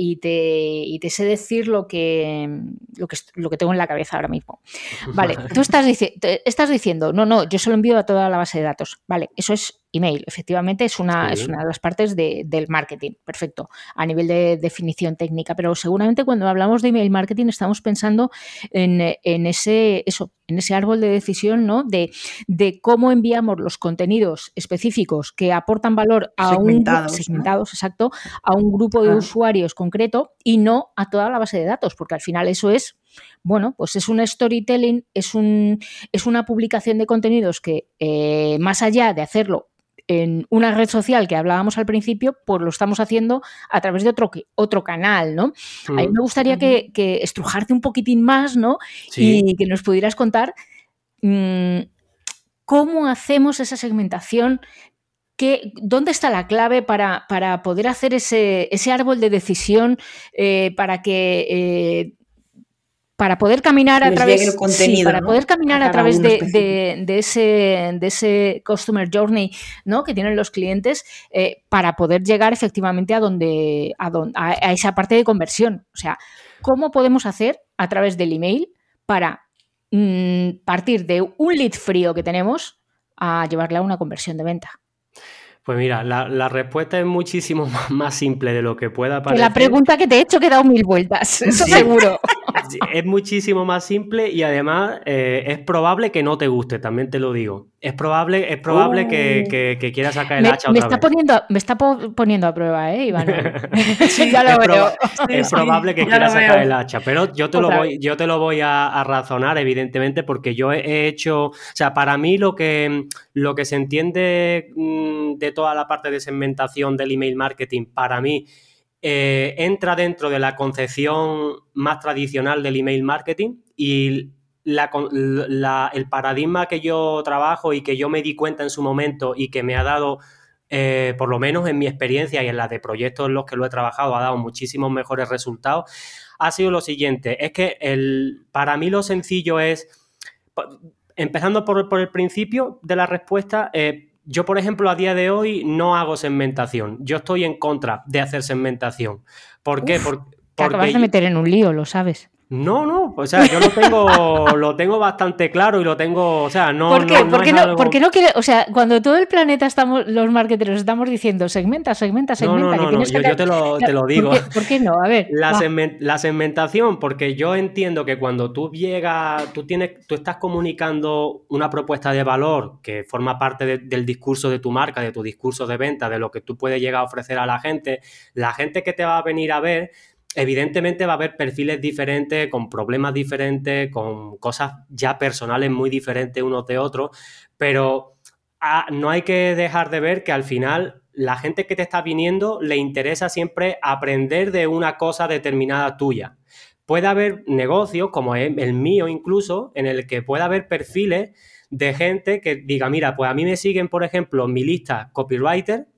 te sé decir lo que tengo en la cabeza ahora mismo. Vale, tú estás diciendo, no, yo se lo envío a toda la base de datos. Vale, eso es email, efectivamente es una de las partes del marketing, perfecto, a nivel de definición técnica, pero seguramente cuando hablamos de email marketing estamos pensando en ese árbol de decisión, ¿no? De cómo enviamos los contenidos específicos que aportan valor a segmentados, exacto, a un grupo de usuarios concreto y no a toda la base de datos, porque al final eso es, bueno, pues es un storytelling, es una publicación de contenidos que más allá de hacerlo en una red social que hablábamos al principio, pues lo estamos haciendo a través de otro canal, ¿no? A mí me gustaría que estrujarte un poquitín más, ¿no? Sí. Y que nos pudieras contar cómo hacemos esa segmentación, ¿dónde está la clave para poder hacer ese árbol de decisión para que para poder caminar a través, el contenido, para poder caminar a través de ese customer journey, ¿no?, que tienen los clientes, para poder llegar efectivamente a esa parte de conversión. O sea, ¿cómo podemos hacer a través del email para partir de un lead frío que tenemos a llevarle a una conversión de venta? Pues mira, la respuesta es muchísimo más simple de lo que pueda parecer. Que la pregunta que te he hecho que he dado 1000 vueltas, eso sí. Seguro. Es muchísimo más simple y además es probable que no te guste, también te lo digo. Es probable que quieras sacar el hacha otra vez. Me está poniendo a prueba, Iván. Sí, ya lo veo. Es probable que quieras sacar el hacha, pero yo te lo voy a razonar, evidentemente, porque yo he hecho... O sea, para mí lo que se entiende de toda la parte de segmentación del email marketing, para mí, entra dentro de la concepción más tradicional del email marketing y el paradigma que yo trabajo y que yo me di cuenta en su momento y que me ha dado, por lo menos en mi experiencia y en la de proyectos en los que lo he trabajado, ha dado muchísimos mejores resultados, ha sido lo siguiente. Es que para mí lo sencillo es, empezando por el principio de la respuesta, yo, por ejemplo, a día de hoy no hago segmentación. Yo estoy en contra de hacer segmentación. ¿Por qué? Porque te acabas de meter en un lío, lo sabes. No, o sea, yo lo tengo bastante claro y lo tengo, o sea, no... ¿Por qué? No porque no quiere, o sea, cuando todo el planeta los marketeros estamos diciendo segmenta. No, yo te lo digo. ¿Por qué no? A ver. La segmentación, porque yo entiendo que cuando tú estás comunicando una propuesta de valor que forma parte del discurso de tu marca, de tu discurso de venta, de lo que tú puedes llegar a ofrecer a la gente que te va a venir a ver, evidentemente va a haber perfiles diferentes, con problemas diferentes, con cosas ya personales muy diferentes unos de otros, pero no hay que dejar de ver que al final la gente que te está viniendo le interesa siempre aprender de una cosa determinada tuya. Puede haber negocios, como el mío incluso, en el que puede haber perfiles de gente que diga, mira, pues a mí me siguen, por ejemplo, en mi lista copywriter,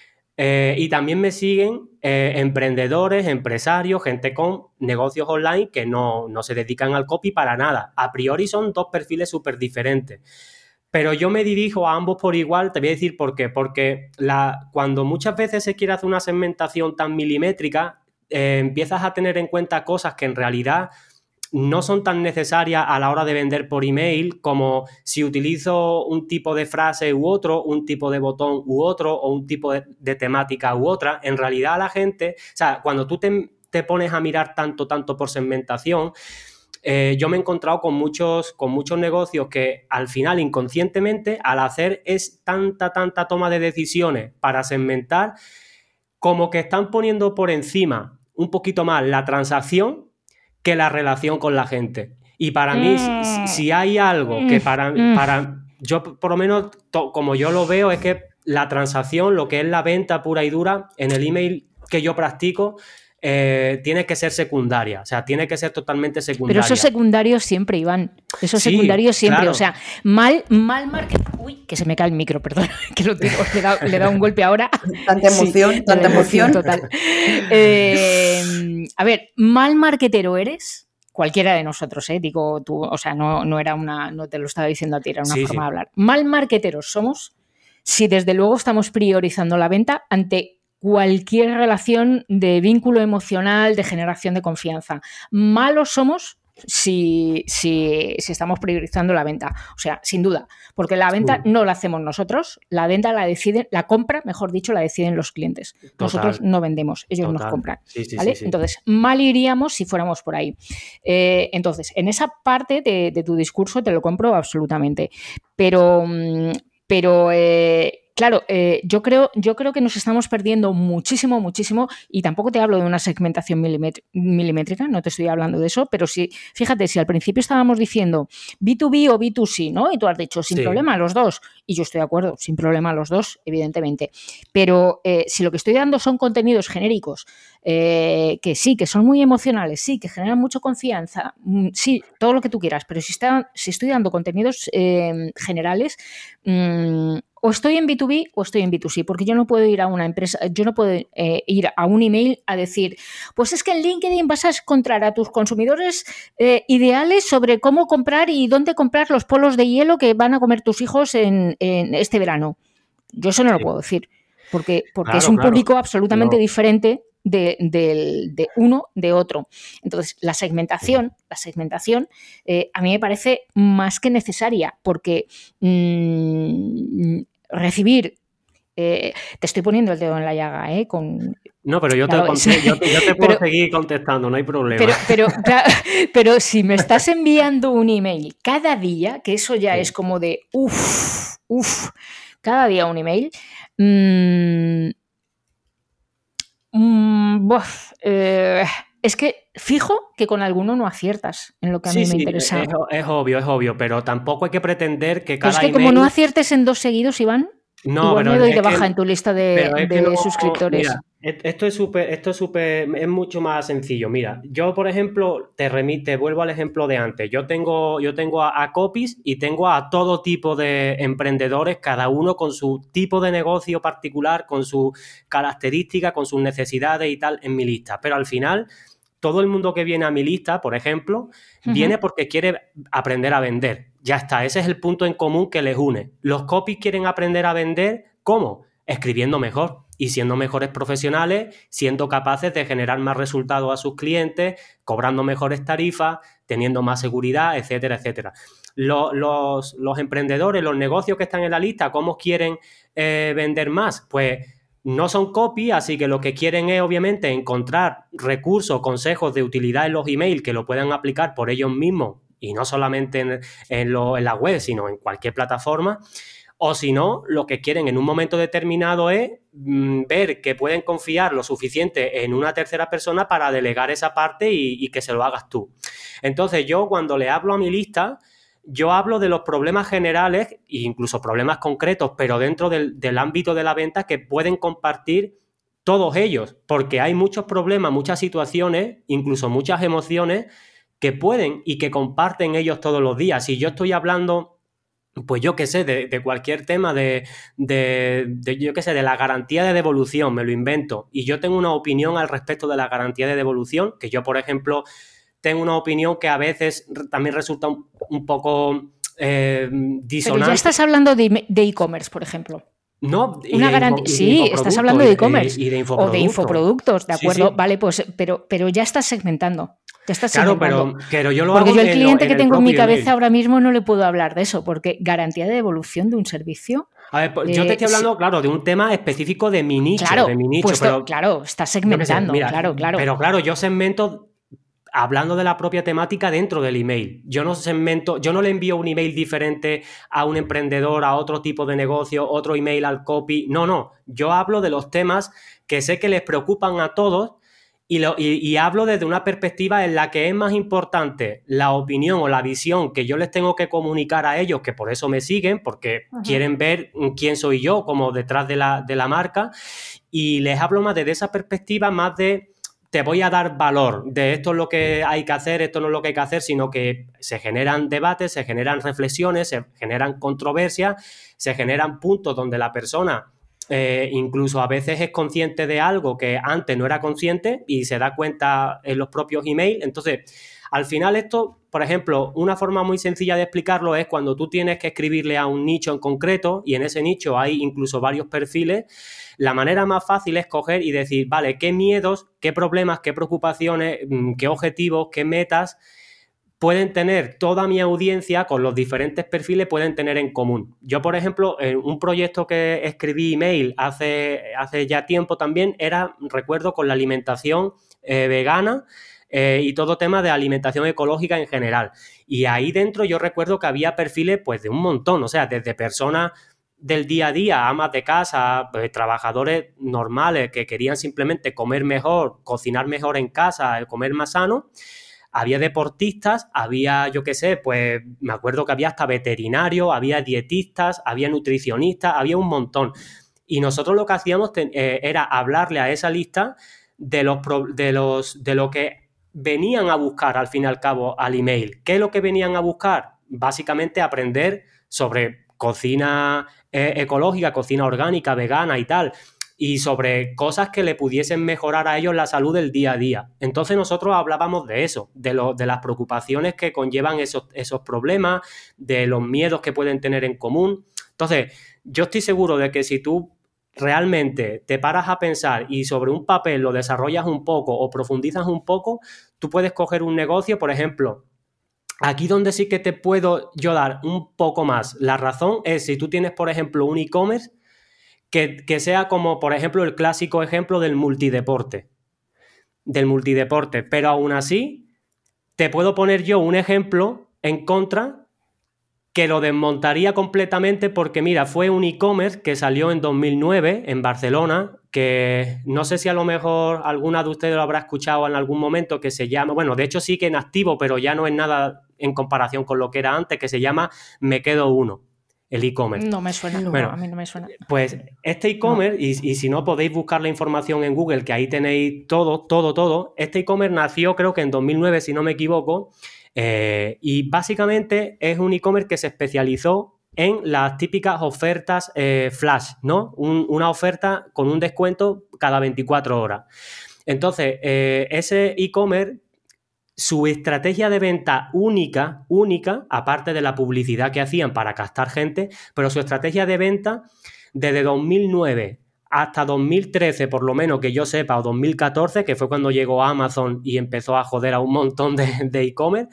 y también me siguen emprendedores, empresarios, gente con negocios online que no se dedican al copy para nada. A priori son dos perfiles súper diferentes. Pero yo me dirijo a ambos por igual, te voy a decir por qué. Porque cuando muchas veces se quiere hacer una segmentación tan milimétrica, empiezas a tener en cuenta cosas que en realidad no son tan necesarias a la hora de vender por email, como si utilizo un tipo de frase u otro, un tipo de botón u otro, o un tipo de temática u otra. En realidad la gente, o sea, cuando tú te pones a mirar tanto por segmentación, yo me he encontrado con muchos negocios que al final, inconscientemente, al hacer tanta toma de decisiones para segmentar, como que están poniendo por encima un poquito más la transacción que la relación con la gente. Y para mí, si hay algo que para yo, por lo menos, como yo lo veo, es que la transacción, lo que es la venta pura y dura, en el email que yo practico, tiene que ser secundaria. O sea, tiene que ser totalmente secundaria. Pero eso es secundario siempre, Iván. Eso es secundario siempre. Claro. O sea, mal marketing... Uy, que se me cae el micro, perdón, que lo tiro, le da un golpe ahora. Tanta emoción. Total. A ver, mal marketero eres, cualquiera de nosotros, digo tú, o sea, no era no te lo estaba diciendo a ti, era una forma de hablar. Mal marketeros somos si desde luego estamos priorizando la venta ante cualquier relación de vínculo emocional, de generación de confianza. Malos somos si estamos priorizando la venta. O sea, sin duda, porque la venta no la hacemos nosotros, la venta la compra, mejor dicho, la deciden los clientes. Total. Nosotros no vendemos, ellos nos compran. ¿Vale? Sí. Entonces, mal iríamos si fuéramos por ahí. Entonces, en esa parte de tu discurso te lo compro absolutamente. Pero claro, yo creo que nos estamos perdiendo muchísimo, y tampoco te hablo de una segmentación milimétrica, no te estoy hablando de eso, pero sí, fíjate, si al principio estábamos diciendo B2B o B2C, ¿no? Y tú has dicho, sin problema los dos, y yo estoy de acuerdo, sin problema los dos, evidentemente, pero si lo que estoy dando son contenidos genéricos, que sí, que son muy emocionales, sí, que generan mucha confianza, sí, todo lo que tú quieras, pero si estoy dando contenidos generales, o estoy en B2B o estoy en B2C, porque yo no puedo ir a una empresa, yo no puedo ir a un email a decir, pues es que en LinkedIn vas a encontrar a tus consumidores ideales sobre cómo comprar y dónde comprar los polos de hielo que van a comer tus hijos en este verano. Yo eso no lo puedo decir, porque Claro, es un claro. público absolutamente No. diferente de uno de otro. Entonces, la segmentación a mí me parece más que necesaria, porque recibir... te estoy poniendo el dedo en la llaga, No, pero yo claro, te puedo seguir contestando, no hay problema. Pero si me estás enviando un email cada día, que eso ya es como de cada día un email, es que fijo que con alguno no aciertas en lo que a mí me interesa. Es obvio, pero tampoco hay que pretender que Pero cada es que email... como no aciertes en 2 seguidos, Iván, No, igual pero me doy es de que- baja en tu lista de suscriptores. Mira, esto es mucho más sencillo. Mira, yo, por ejemplo, te vuelvo al ejemplo de antes. Yo tengo a copies y tengo a todo tipo de emprendedores, cada uno con su tipo de negocio particular, con sus características, con sus necesidades y tal en mi lista. Pero al final, todo el mundo que viene a mi lista, por ejemplo, viene porque quiere aprender a vender. Ya está, ese es el punto en común que les une. Los copies quieren aprender a vender, ¿cómo? Escribiendo mejor y siendo mejores profesionales, siendo capaces de generar más resultados a sus clientes, cobrando mejores tarifas, teniendo más seguridad, etcétera, etcétera. Los emprendedores, los negocios que están en la lista, ¿cómo quieren vender más? Pues no son copy, así que lo que quieren es obviamente encontrar recursos, consejos de utilidad en los emails que lo puedan aplicar por ellos mismos y no solamente en la web, sino en cualquier plataforma. O si no, lo que quieren en un momento determinado es ver que pueden confiar lo suficiente en una tercera persona para delegar esa parte y que se lo hagas tú. Entonces yo cuando le hablo a mi lista, yo hablo de los problemas generales e incluso problemas concretos, pero dentro del ámbito de la venta que pueden compartir todos ellos, porque hay muchos problemas, muchas situaciones, incluso muchas emociones que pueden y que comparten ellos todos los días. Si yo estoy hablando, pues yo qué sé, de cualquier tema, yo qué sé, de la garantía de devolución, me lo invento, y yo tengo una opinión al respecto de la garantía de devolución, que yo, por ejemplo, tengo una opinión que a veces también resulta un poco disonante. Pero ya estás hablando de e-commerce, por ejemplo. No, una garantía. Sí, estás hablando de e-commerce o de infoproductos, ¿de acuerdo? Sí. Vale, pues, pero ya estás segmentando. Claro, pero yo lo hago. Porque yo el cliente que tengo en mi cabeza ahora mismo no le puedo hablar de eso, porque garantía de devolución de un servicio. A ver, pues yo te estoy hablando, claro, de un tema específico de mi nicho. Claro, de mi nicho, pues pero, claro, estás segmentando, mira, claro. Pero claro, yo segmento hablando de la propia temática dentro del email. Yo no le envío un email diferente a un emprendedor, a otro tipo de negocio, otro email al copy. No. Yo hablo de los temas que sé que les preocupan a todos y hablo desde una perspectiva en la que es más importante la opinión o la visión que yo les tengo que comunicar a ellos, que por eso me siguen, porque quieren ver quién soy yo como detrás de la marca, y les hablo más desde esa perspectiva, más de te voy a dar valor, de esto es lo que hay que hacer, esto no es lo que hay que hacer, sino que se generan debates, se generan reflexiones, se generan controversias, se generan puntos donde la persona incluso a veces es consciente de algo que antes no era consciente y se da cuenta en los propios emails. Entonces, al final esto, por ejemplo, una forma muy sencilla de explicarlo es cuando tú tienes que escribirle a un nicho en concreto y en ese nicho hay incluso varios perfiles. La manera más fácil es coger y decir, vale, ¿qué miedos, qué problemas, qué preocupaciones, qué objetivos, qué metas pueden tener toda mi audiencia con los diferentes perfiles pueden tener en común? Yo, por ejemplo, en un proyecto que escribí email hace ya tiempo también recuerdo, con la alimentación vegana y todo tema de alimentación ecológica en general. Y ahí dentro yo recuerdo que había perfiles pues de un montón, o sea, desde personas del día a día, amas de casa, pues, trabajadores normales que querían simplemente comer mejor, cocinar mejor en casa, comer más sano. Había deportistas, había, yo qué sé, pues me acuerdo que había hasta veterinarios, había dietistas, había nutricionistas, había un montón. Y nosotros lo que hacíamos era hablarle a esa lista de lo que venían a buscar al fin y al cabo al email. ¿Qué es lo que venían a buscar? Básicamente aprender sobre cocina ecológica, cocina orgánica, vegana y tal, y sobre cosas que le pudiesen mejorar a ellos la salud del día a día. Entonces nosotros hablábamos de eso, de las preocupaciones que conllevan esos problemas, de los miedos que pueden tener en común. Entonces, yo estoy seguro de que si tú realmente te paras a pensar y sobre un papel lo desarrollas un poco o profundizas un poco, tú puedes coger un negocio, por ejemplo. Aquí donde sí que te puedo yo dar un poco más la razón es si tú tienes, por ejemplo, un e-commerce que sea como, por ejemplo, el clásico ejemplo del multideporte. Pero aún así, te puedo poner yo un ejemplo en contra que lo desmontaría completamente porque, mira, fue un e-commerce que salió en 2009 en Barcelona, que no sé si a lo mejor alguna de ustedes lo habrá escuchado en algún momento, que se llama, bueno, de hecho sí que en activo, pero ya no es nada en comparación con lo que era antes, que se llama Me Quedo Uno, el e-commerce. No me suena, bueno, a mí no me suena. Pues este e-commerce, y si no podéis buscar la información en Google, que ahí tenéis todo, este e-commerce nació creo que en 2009, si no me equivoco, y básicamente es un e-commerce que se especializó en las típicas ofertas flash, ¿no? Una oferta con un descuento cada 24 horas. Entonces, ese e-commerce, su estrategia de venta única, aparte de la publicidad que hacían para captar gente, pero su estrategia de venta desde 2009 hasta 2013, por lo menos que yo sepa, o 2014, que fue cuando llegó Amazon y empezó a joder a un montón de e-commerce,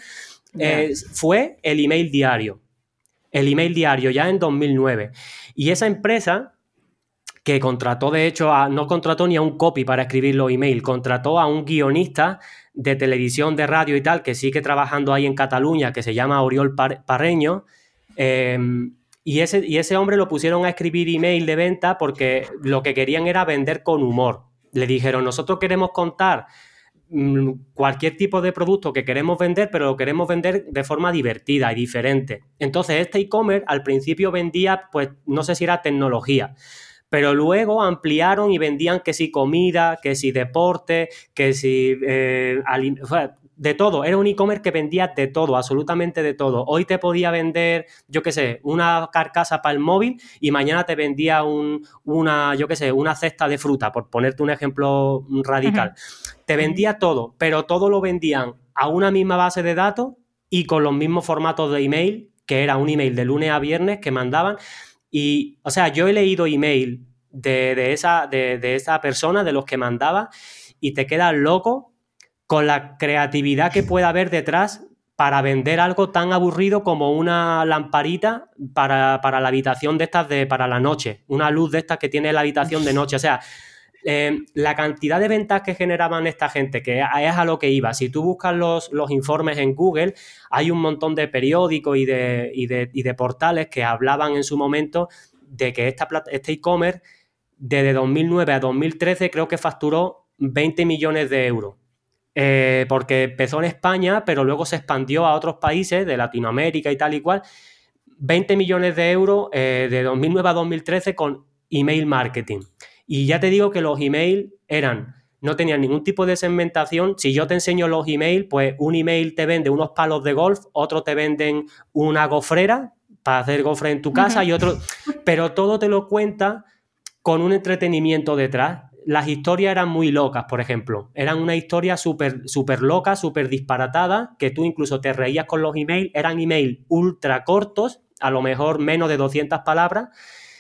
fue el email diario. El email diario ya en 2009. Y esa empresa que contrató, de hecho, no contrató ni a un copy para escribir los emails, contrató a un guionista de televisión, de radio y tal, que sigue trabajando ahí en Cataluña, que se llama Oriol Parreño, y ese hombre lo pusieron a escribir email de venta porque lo que querían era vender con humor. Le dijeron, nosotros queremos contar cualquier tipo de producto que queremos vender, pero lo queremos vender de forma divertida y diferente. Entonces, este e-commerce al principio vendía, pues, no sé si era tecnología, pero luego ampliaron y vendían que si comida, que si deporte, que si de todo. Era un e-commerce que vendía de todo, absolutamente de todo. Hoy te podía vender, yo qué sé, una carcasa para el móvil y mañana te vendía una cesta de fruta, por ponerte un ejemplo radical. Te vendía todo, pero todo lo vendían a una misma base de datos y con los mismos formatos de email, que era un email de lunes a viernes que mandaban. Y, o sea, yo he leído email de esa persona, de los que mandaba, y te quedas loco con la creatividad que puede haber detrás para vender algo tan aburrido como una lamparita para la habitación de estas para la noche, una luz de estas que tiene la habitación de noche. O sea, la cantidad de ventas que generaban esta gente, que es a lo que iba. Si tú buscas los informes en Google, hay un montón de periódicos y de portales que hablaban en su momento de que este e-commerce desde 2009 a 2013 creo que facturó 20 millones de euros. Porque empezó en España, pero luego se expandió a otros países de Latinoamérica y tal y cual. 20 millones de euros de 2009 a 2013 con email marketing. Y ya te digo que los emails no tenían ningún tipo de segmentación. Si yo te enseño los emails, pues un email te vende unos palos de golf, otro te venden una gofrera para hacer gofre en tu casa y otro... Pero todo te lo cuenta con un entretenimiento detrás. Las historias eran muy locas, por ejemplo. Eran una historia súper loca, súper disparatada, que tú incluso te reías con los emails. Eran emails ultra cortos, a lo mejor menos de 200 palabras,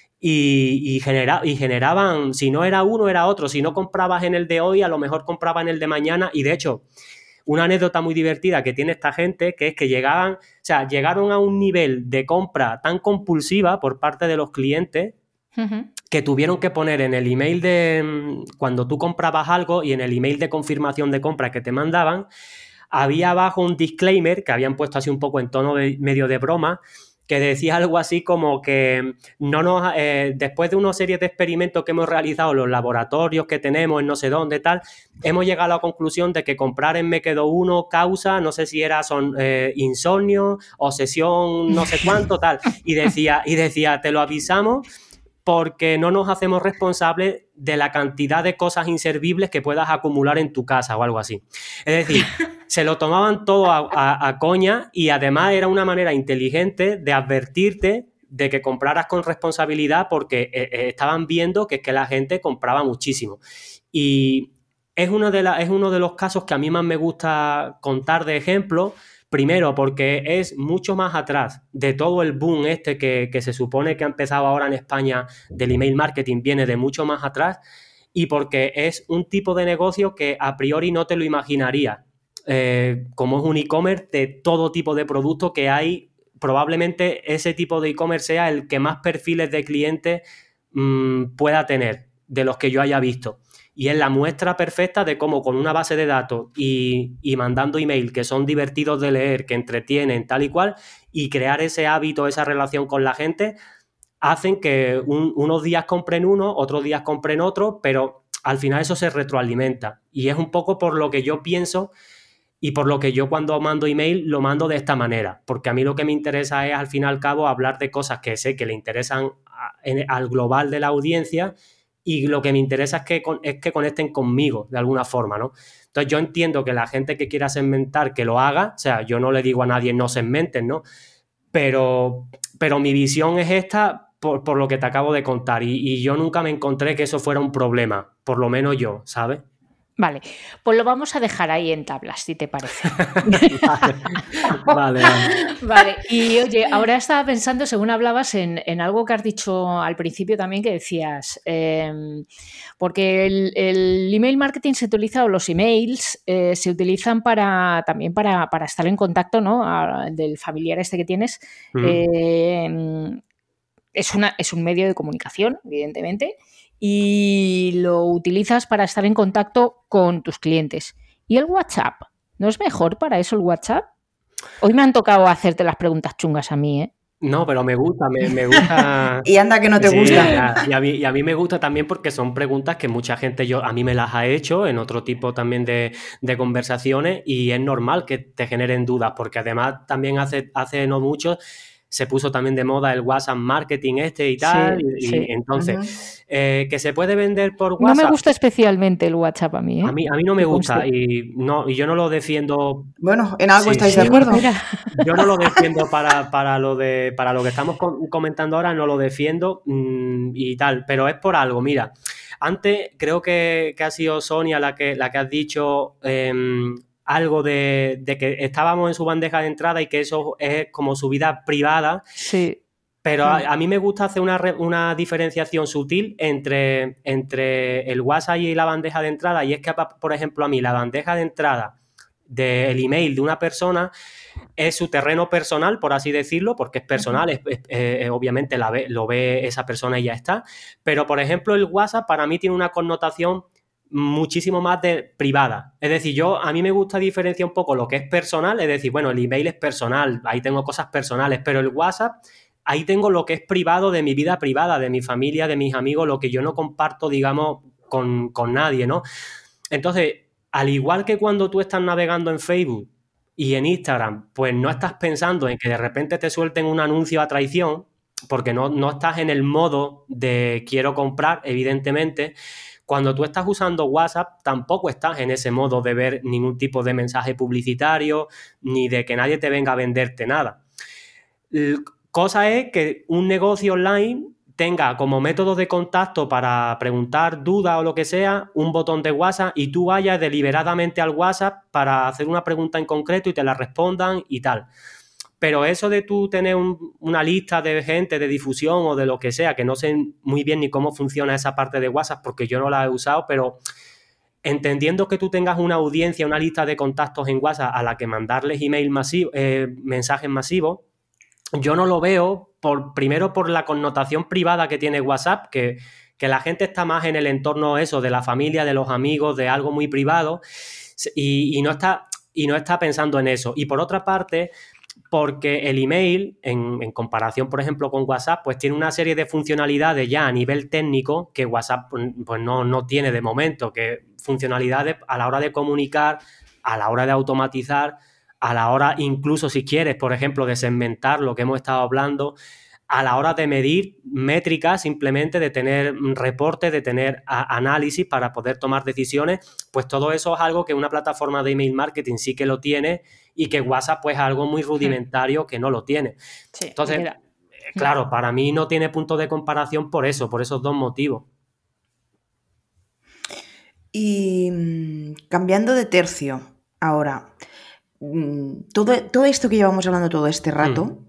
y generaban, si no era uno, era otro. Si no comprabas en el de hoy, a lo mejor comprabas en el de mañana. Y de hecho, una anécdota muy divertida que tiene esta gente, que es que llegaron a un nivel de compra tan compulsiva por parte de los clientes que tuvieron que poner en el email cuando tú comprabas algo y en el email de confirmación de compra que te mandaban, había abajo un disclaimer que habían puesto así un poco en tono medio de broma, que decía algo así como que después de una serie de experimentos que hemos realizado en los laboratorios que tenemos en no sé dónde tal, hemos llegado a la conclusión de que comprar en Me Quedo Uno causa, no sé si era insomnio, obsesión, no sé cuánto tal, y decía, te lo avisamos porque no nos hacemos responsables de la cantidad de cosas inservibles que puedas acumular en tu casa o algo así. Es decir, se lo tomaban todo a coña y además era una manera inteligente de advertirte que compraras con responsabilidad porque estaban viendo que es que la gente compraba muchísimo. Y es uno de los casos que a mí más me gusta contar de ejemplo. Primero, porque es mucho más atrás de todo el boom que se supone que ha empezado ahora en España del email marketing, viene de mucho más atrás, y porque es un tipo de negocio que a priori no te lo imaginarías. Como es un e-commerce de todo tipo de productos que hay, probablemente ese tipo de e-commerce sea el que más perfiles de clientes pueda tener, de los que yo haya visto. Y es la muestra perfecta de cómo con una base de datos y mandando email que son divertidos de leer, que entretienen, tal y cual, y crear ese hábito, esa relación con la gente, hacen que unos días compren uno, otros días compren otro, pero al final eso se retroalimenta. Y es un poco por lo que yo pienso y por lo que yo cuando mando email lo mando de esta manera, porque a mí lo que me interesa es al fin y al cabo hablar de cosas que sé que le interesan al global de la audiencia, y lo que me interesa es que conecten conmigo de alguna forma, ¿no? Entonces yo entiendo que la gente que quiera segmentar, que lo haga, o sea, yo no le digo a nadie no segmenten, ¿no? Pero mi visión es esta por lo que te acabo de contar, y yo nunca me encontré que eso fuera un problema, por lo menos yo, ¿sabes? Vale, pues lo vamos a dejar ahí en tablas, si te parece. Vale. Vale, y oye, ahora estaba pensando, según hablabas, en algo que has dicho al principio también, que decías, porque el email marketing se utiliza, o los emails se utilizan también para estar en contacto, ¿no? Del familiar este que tienes. Es un medio de comunicación, evidentemente, y lo utilizas para estar en contacto con tus clientes. ¿Y el WhatsApp? ¿No es mejor para eso el WhatsApp? Hoy me han tocado hacerte las preguntas chungas a mí, ¿eh? No, pero me gusta, me gusta. Y anda que no te gusta. Y a mí me gusta también porque son preguntas que mucha gente a mí me las ha hecho en otro tipo también de conversaciones, y es normal que te generen dudas, porque además también hace no mucho se puso también de moda el WhatsApp marketing y tal, Sí. Y entonces, que se puede vender por WhatsApp. No me gusta especialmente el WhatsApp a mí, ¿eh? A mí no me gusta, y yo no lo defiendo. Bueno, en algo estáis de acuerdo. Yo no lo defiendo para lo que estamos comentando ahora, no lo defiendo y tal, pero es por algo. Mira, antes creo que ha sido Sonia la que has dicho algo de que estábamos en su bandeja de entrada y que eso es como su vida privada. Sí. Pero a mí me gusta hacer una diferenciación sutil entre el WhatsApp y la bandeja de entrada, y es que, por ejemplo, a mí la bandeja de entrada del email de una persona es su terreno personal, por así decirlo, porque es personal, obviamente lo ve esa persona y ya está. Pero, por ejemplo, el WhatsApp para mí tiene una connotación muchísimo más privada. Es decir, a mí me gusta diferenciar un poco lo que es personal, es decir, bueno, el email es personal, ahí tengo cosas personales, pero el WhatsApp, ahí tengo lo que es privado, de mi vida privada, de mi familia, de mis amigos, lo que yo no comparto, digamos, con nadie, ¿no? Entonces, al igual que cuando tú estás navegando en Facebook y en Instagram, pues no estás pensando en que de repente te suelten un anuncio a traición, porque no estás en el modo de quiero comprar, evidentemente. Cuando tú estás usando WhatsApp, tampoco estás en ese modo de ver ningún tipo de mensaje publicitario, ni de que nadie te venga a venderte nada. Cosa es que un negocio online tenga como método de contacto para preguntar dudas o lo que sea, un botón de WhatsApp, y tú vayas deliberadamente al WhatsApp para hacer una pregunta en concreto y te la respondan y tal. Pero eso de tú tener una lista de gente de difusión o de lo que sea, que no sé muy bien ni cómo funciona esa parte de WhatsApp porque yo no la he usado, pero entendiendo que tú tengas una audiencia, una lista de contactos en WhatsApp a la que mandarles mensajes masivos, yo no lo veo, primero por la connotación privada que tiene WhatsApp, que la gente está más en el entorno eso, de la familia, de los amigos, de algo muy privado, y no está pensando en eso. Y por otra parte, porque el email, en comparación, por ejemplo, con WhatsApp, pues tiene una serie de funcionalidades ya a nivel técnico que WhatsApp pues no tiene de momento, que funcionalidades a la hora de comunicar, a la hora de automatizar, a la hora incluso, si quieres, por ejemplo, de segmentar lo que hemos estado hablando, a la hora de medir métricas, simplemente de tener reportes, de tener análisis para poder tomar decisiones, pues todo eso es algo que una plataforma de email marketing sí que lo tiene, y que WhatsApp pues es algo muy rudimentario que no lo tiene. Sí, entonces, claro, para mí no tiene punto de comparación por esos dos motivos. Y cambiando de tercio, ahora, todo esto que llevamos hablando todo este rato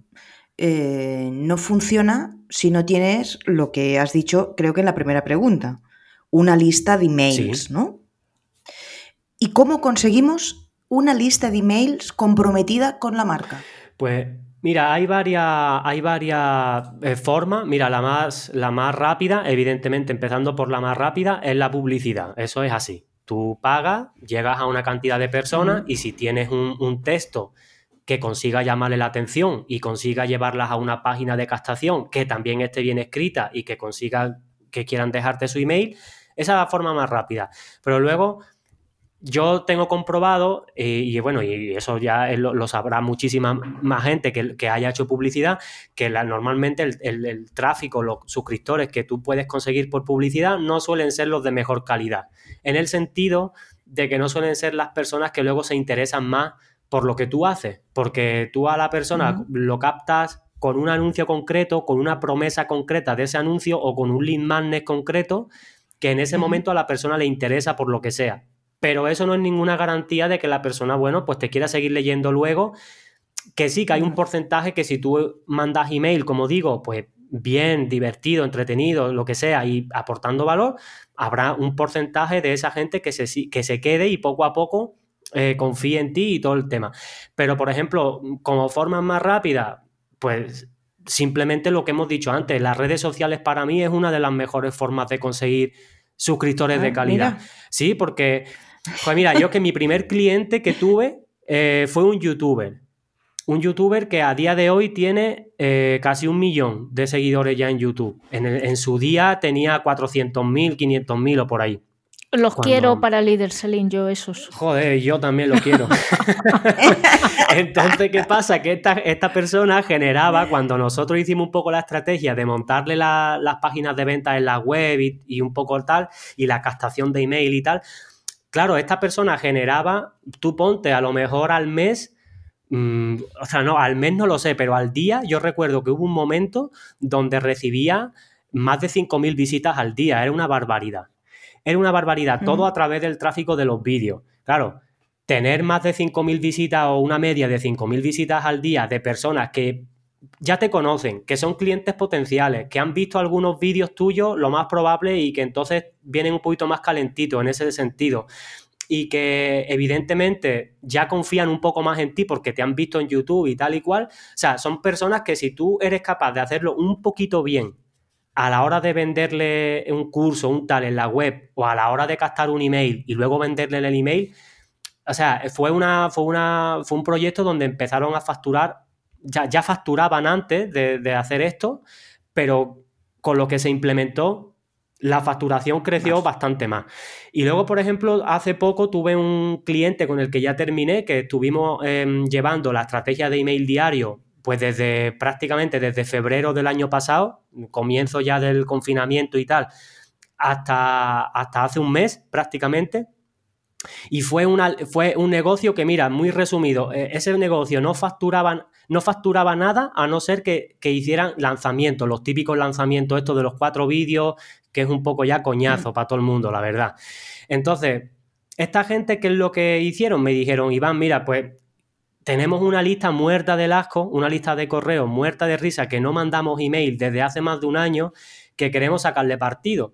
no funciona si no tienes lo que has dicho, creo que en la primera pregunta, una lista de emails, Sí. ¿no? ¿Y cómo conseguimos una lista de emails comprometida con la marca? Pues mira, hay varias formas. Mira, la más rápida, evidentemente, empezando por la más rápida, es la publicidad. Eso es así. Tú pagas, llegas a una cantidad de personas y si tienes un texto que consiga llamarle la atención y consiga llevarlas a una página de captación que también esté bien escrita y que consiga que quieran dejarte su email, esa es la forma más rápida. Pero luego yo tengo comprobado, y bueno, y eso ya lo sabrá muchísima más gente que haya hecho publicidad, que normalmente el tráfico, los suscriptores que tú puedes conseguir por publicidad no suelen ser los de mejor calidad, en el sentido de que no suelen ser las personas que luego se interesan más por lo que tú haces, porque tú a la persona lo captas con un anuncio concreto, con una promesa concreta de ese anuncio o con un lead magnet concreto que en ese momento a la persona le interesa por lo que sea. Pero eso no es ninguna garantía de que la persona, bueno, pues te quiera seguir leyendo luego, que sí, que hay un porcentaje que si tú mandas email, como digo, pues bien, divertido, entretenido, lo que sea, y aportando valor, habrá un porcentaje de esa gente que se quede y poco a poco confíe en ti y todo el tema. Pero, por ejemplo, como formas más rápidas, pues simplemente lo que hemos dicho antes, las redes sociales para mí es una de las mejores formas de conseguir suscriptores de calidad. Mira. Sí, porque... Pues mira, yo que mi primer cliente que tuve fue un youtuber. Un youtuber que a día de hoy tiene casi 1 millón de seguidores ya en YouTube. En su día tenía 400.000, 500.000 o por ahí. Los quiero para Leader Selling, yo esos. Joder, yo también lo quiero. Entonces, ¿qué pasa? Que esta persona generaba, cuando nosotros hicimos un poco la estrategia de montarle las páginas de venta en la web y un poco tal, y la captación de email y tal, claro, esta persona generaba, tú ponte, a lo mejor al mes, o sea, no, al mes no lo sé, pero al día yo recuerdo que hubo un momento donde recibía más de 5.000 visitas al día, era una barbaridad. Era una barbaridad, todo a través del tráfico de los vídeos. Claro, tener más de 5.000 visitas o una media de 5.000 visitas al día de personas que ya te conocen, que son clientes potenciales, que han visto algunos vídeos tuyos, lo más probable, y que entonces vienen un poquito más calentitos en ese sentido. Y que evidentemente ya confían un poco más en ti porque te han visto en YouTube y tal y cual. O sea, son personas que si tú eres capaz de hacerlo un poquito bien a la hora de venderle un curso, un tal en la web, o a la hora de captar un email y luego venderle el email, o sea, fue un proyecto donde empezaron a facturar, ya facturaban antes de hacer esto, pero con lo que se implementó, la facturación creció bastante más. Y luego, por ejemplo, hace poco tuve un cliente con el que ya terminé, que estuvimos llevando la estrategia de email diario, pues prácticamente desde febrero del año pasado, comienzo ya del confinamiento y tal, hasta hace un mes prácticamente. Y fue un negocio que, mira, muy resumido, ese negocio no facturaba nada a no ser que hicieran lanzamientos, los típicos lanzamientos estos de los 4 vídeos, que es un poco ya coñazo para todo el mundo, la verdad. Entonces, esta gente, ¿qué es lo que hicieron? Me dijeron, Iván, mira, pues tenemos una lista muerta del asco, una lista de correos muerta de risa, que no mandamos email desde hace más de un año, que queremos sacarle partido.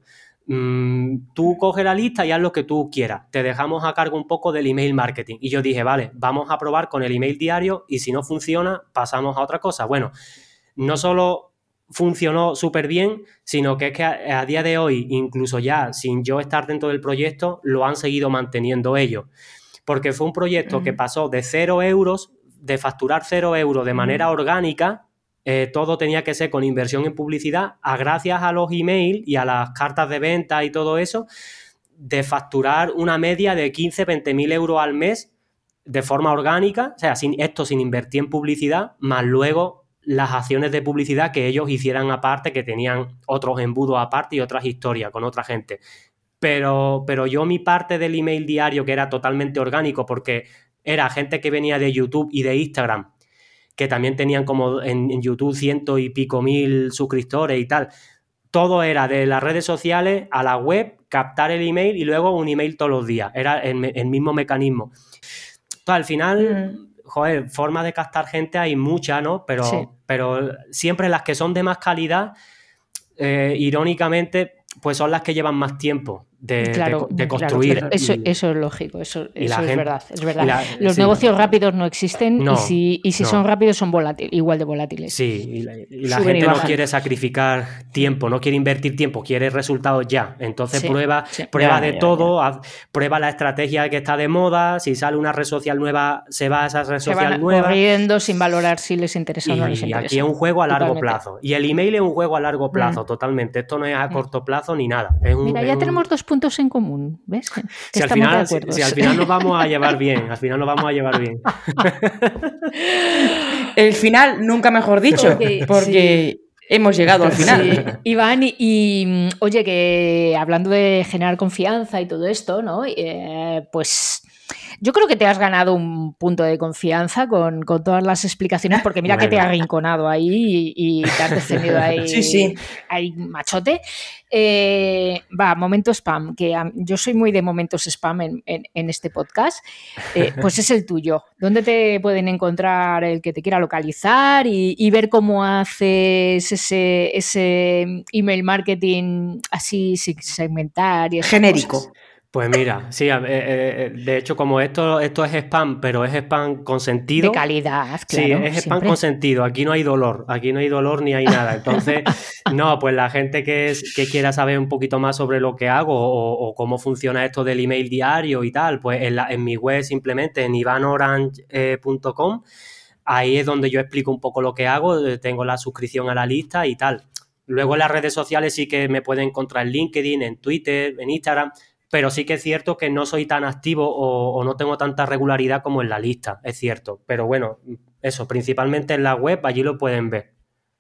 Tú coge la lista y haz lo que tú quieras. Te dejamos a cargo un poco del email marketing. Y yo dije, vale, vamos a probar con el email diario y si no funciona, pasamos a otra cosa. Bueno, no solo funcionó súper bien, sino que es que a día de hoy, incluso ya sin yo estar dentro del proyecto, lo han seguido manteniendo ellos. Porque fue un proyecto que pasó de 0 euros, de facturar 0 euros de manera orgánica, todo tenía que ser con inversión en publicidad, gracias a los emails y a las cartas de venta y todo eso, de facturar una media de 15, 20.000 euros al mes de forma orgánica, o sea, sin invertir en publicidad, más luego las acciones de publicidad que ellos hicieran aparte, que tenían otros embudos aparte y otras historias con otra gente. Pero yo mi parte del email diario, que era totalmente orgánico, porque era gente que venía de YouTube y de Instagram, que también tenían como en YouTube 100 y pico mil suscriptores y tal. Todo era de las redes sociales a la web, captar el email y luego un email todos los días. Era el mismo mecanismo. Entonces, al final, joder, formas de captar gente hay muchas, ¿no? Pero siempre las que son de más calidad, irónicamente, pues son las que llevan más tiempo de construir. Claro, eso es lógico, eso es gente, verdad. Es verdad. Los negocios rápidos no existen y si son rápidos son igual de volátiles. Sí, y la gente no quiere sacrificar tiempo, no quiere invertir tiempo, quiere resultados ya. Entonces prueba de todo, prueba la estrategia que está de moda, si sale una red social nueva, se va a esa red social nueva. Corriendo sin valorar si les interesa o no les interesa. Y aquí es un juego a largo plazo. Y el email es un juego a largo plazo, totalmente. Esto no es a corto plazo ni nada. Mira, ya tenemos 2 puntos en común, ¿ves? Si al final nos vamos a llevar bien, El final, nunca mejor dicho, porque hemos llegado al final. Sí. Iván, y oye, que hablando de generar confianza y todo esto, ¿no? Pues yo creo que te has ganado un punto de confianza con todas las explicaciones, porque mira que te has arrinconado ahí y te has defendido ahí, ahí machote. Momento spam, que yo soy muy de momentos spam en este podcast, pues es el tuyo. ¿Dónde te pueden encontrar el que te quiera localizar y ver cómo haces ese email marketing así sin segmentar y genérico? Cosas? Pues mira, sí, de hecho, como esto es spam, pero es spam con sentido. De calidad, claro. Sí, es spam con sentido. Aquí no hay dolor ni hay nada. Entonces, no, pues la gente que quiera saber un poquito más sobre lo que hago o cómo funciona esto del email diario y tal, pues en mi web simplemente, en ivanorange.com, ahí es donde yo explico un poco lo que hago, tengo la suscripción a la lista y tal. Luego en las redes sociales sí que me pueden encontrar en LinkedIn, en Twitter, en Instagram. Pero sí que es cierto que no soy tan activo o no tengo tanta regularidad como en la lista, es cierto. Pero bueno, eso, principalmente en la web, allí lo pueden ver.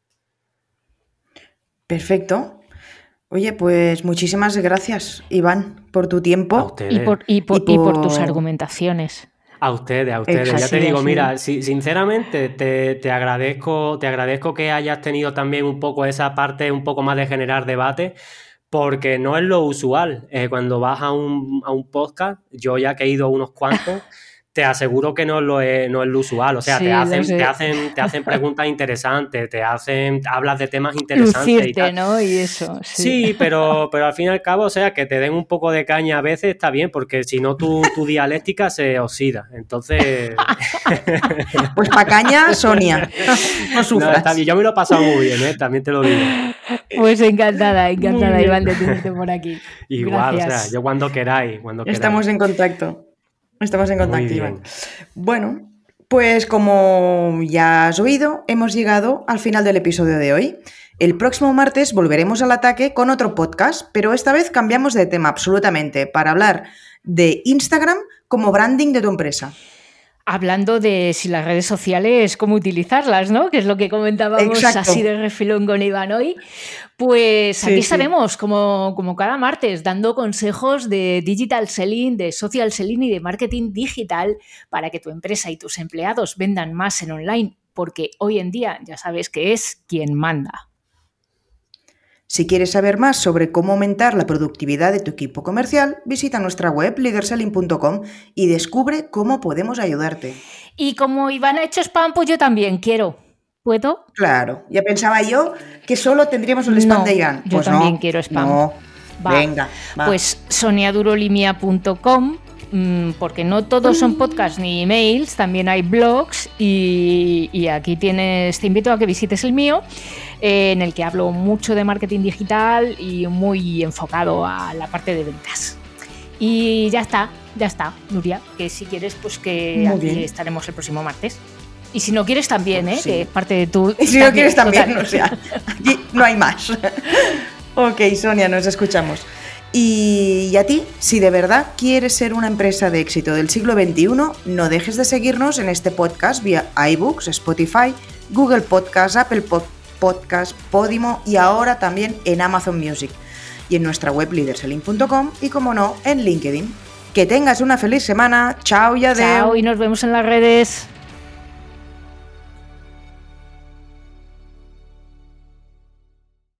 Perfecto. Oye, pues muchísimas gracias, Iván, por tu tiempo. A ustedes. Y por tus argumentaciones. A ustedes. Exacto, ya te digo, mira, sinceramente te agradezco que hayas tenido también un poco esa parte un poco más de generar debate, porque no es lo usual. Cuando vas a un podcast, yo ya que he ido a unos cuantos, te aseguro que no es lo usual. O sea, te hacen preguntas interesantes, hablas de temas interesantes. Lucirte, y tal. ¿no? Y eso. Sí, pero al fin y al cabo, o sea, que te den un poco de caña a veces está bien, porque si no tu dialéctica se oxida. Entonces... Pues pa' caña, Sonia. No sufras. No, está bien. Yo me lo he pasado muy bien, también te lo digo. Pues encantada, Iván, de tenerte por aquí. Igual, gracias. O sea, yo cuando queráis. Estamos en contacto. Iván. Bueno, pues como ya has oído, hemos llegado al final del episodio de hoy. El próximo martes volveremos al ataque con otro podcast, pero esta vez cambiamos de tema absolutamente para hablar de Instagram como branding de tu empresa. Hablando de si las redes sociales, cómo utilizarlas, ¿no? Que es lo que comentábamos así de refilón con Iván hoy. Pues aquí estaremos, como cada martes, dando consejos de digital selling, de social selling y de marketing digital para que tu empresa y tus empleados vendan más en online, porque hoy en día ya sabes que es quien manda. Si quieres saber más sobre cómo aumentar la productividad de tu equipo comercial, visita nuestra web leaderselling.com y descubre cómo podemos ayudarte. Y como Iván ha hecho spam, pues yo también quiero. ¿Puedo? Claro, ya pensaba yo que solo tendríamos el spam de Iván. Yo también quiero spam. No. Venga, va. Pues soniadurolimia.com, porque no todos son podcasts ni emails, también hay blogs y aquí te invito a que visites el mío, en el que hablo mucho de marketing digital y muy enfocado a la parte de ventas. Y ya está, Nuria, que si quieres, pues que aquí estaremos el próximo martes. Y si no quieres también, sí. Que es parte de tu... Y si no quieres también, o sea, aquí no hay más. Ok, Sonia, nos escuchamos. Y a ti, si de verdad quieres ser una empresa de éxito del siglo XXI, no dejes de seguirnos en este podcast vía iBooks, Spotify, Google Podcasts, Apple Podcasts, Podimo y ahora también en Amazon Music. Y en nuestra web leaderselling.com y, como no, en LinkedIn. Que tengas una feliz semana. Chao y adeu. Chao y nos vemos en las redes.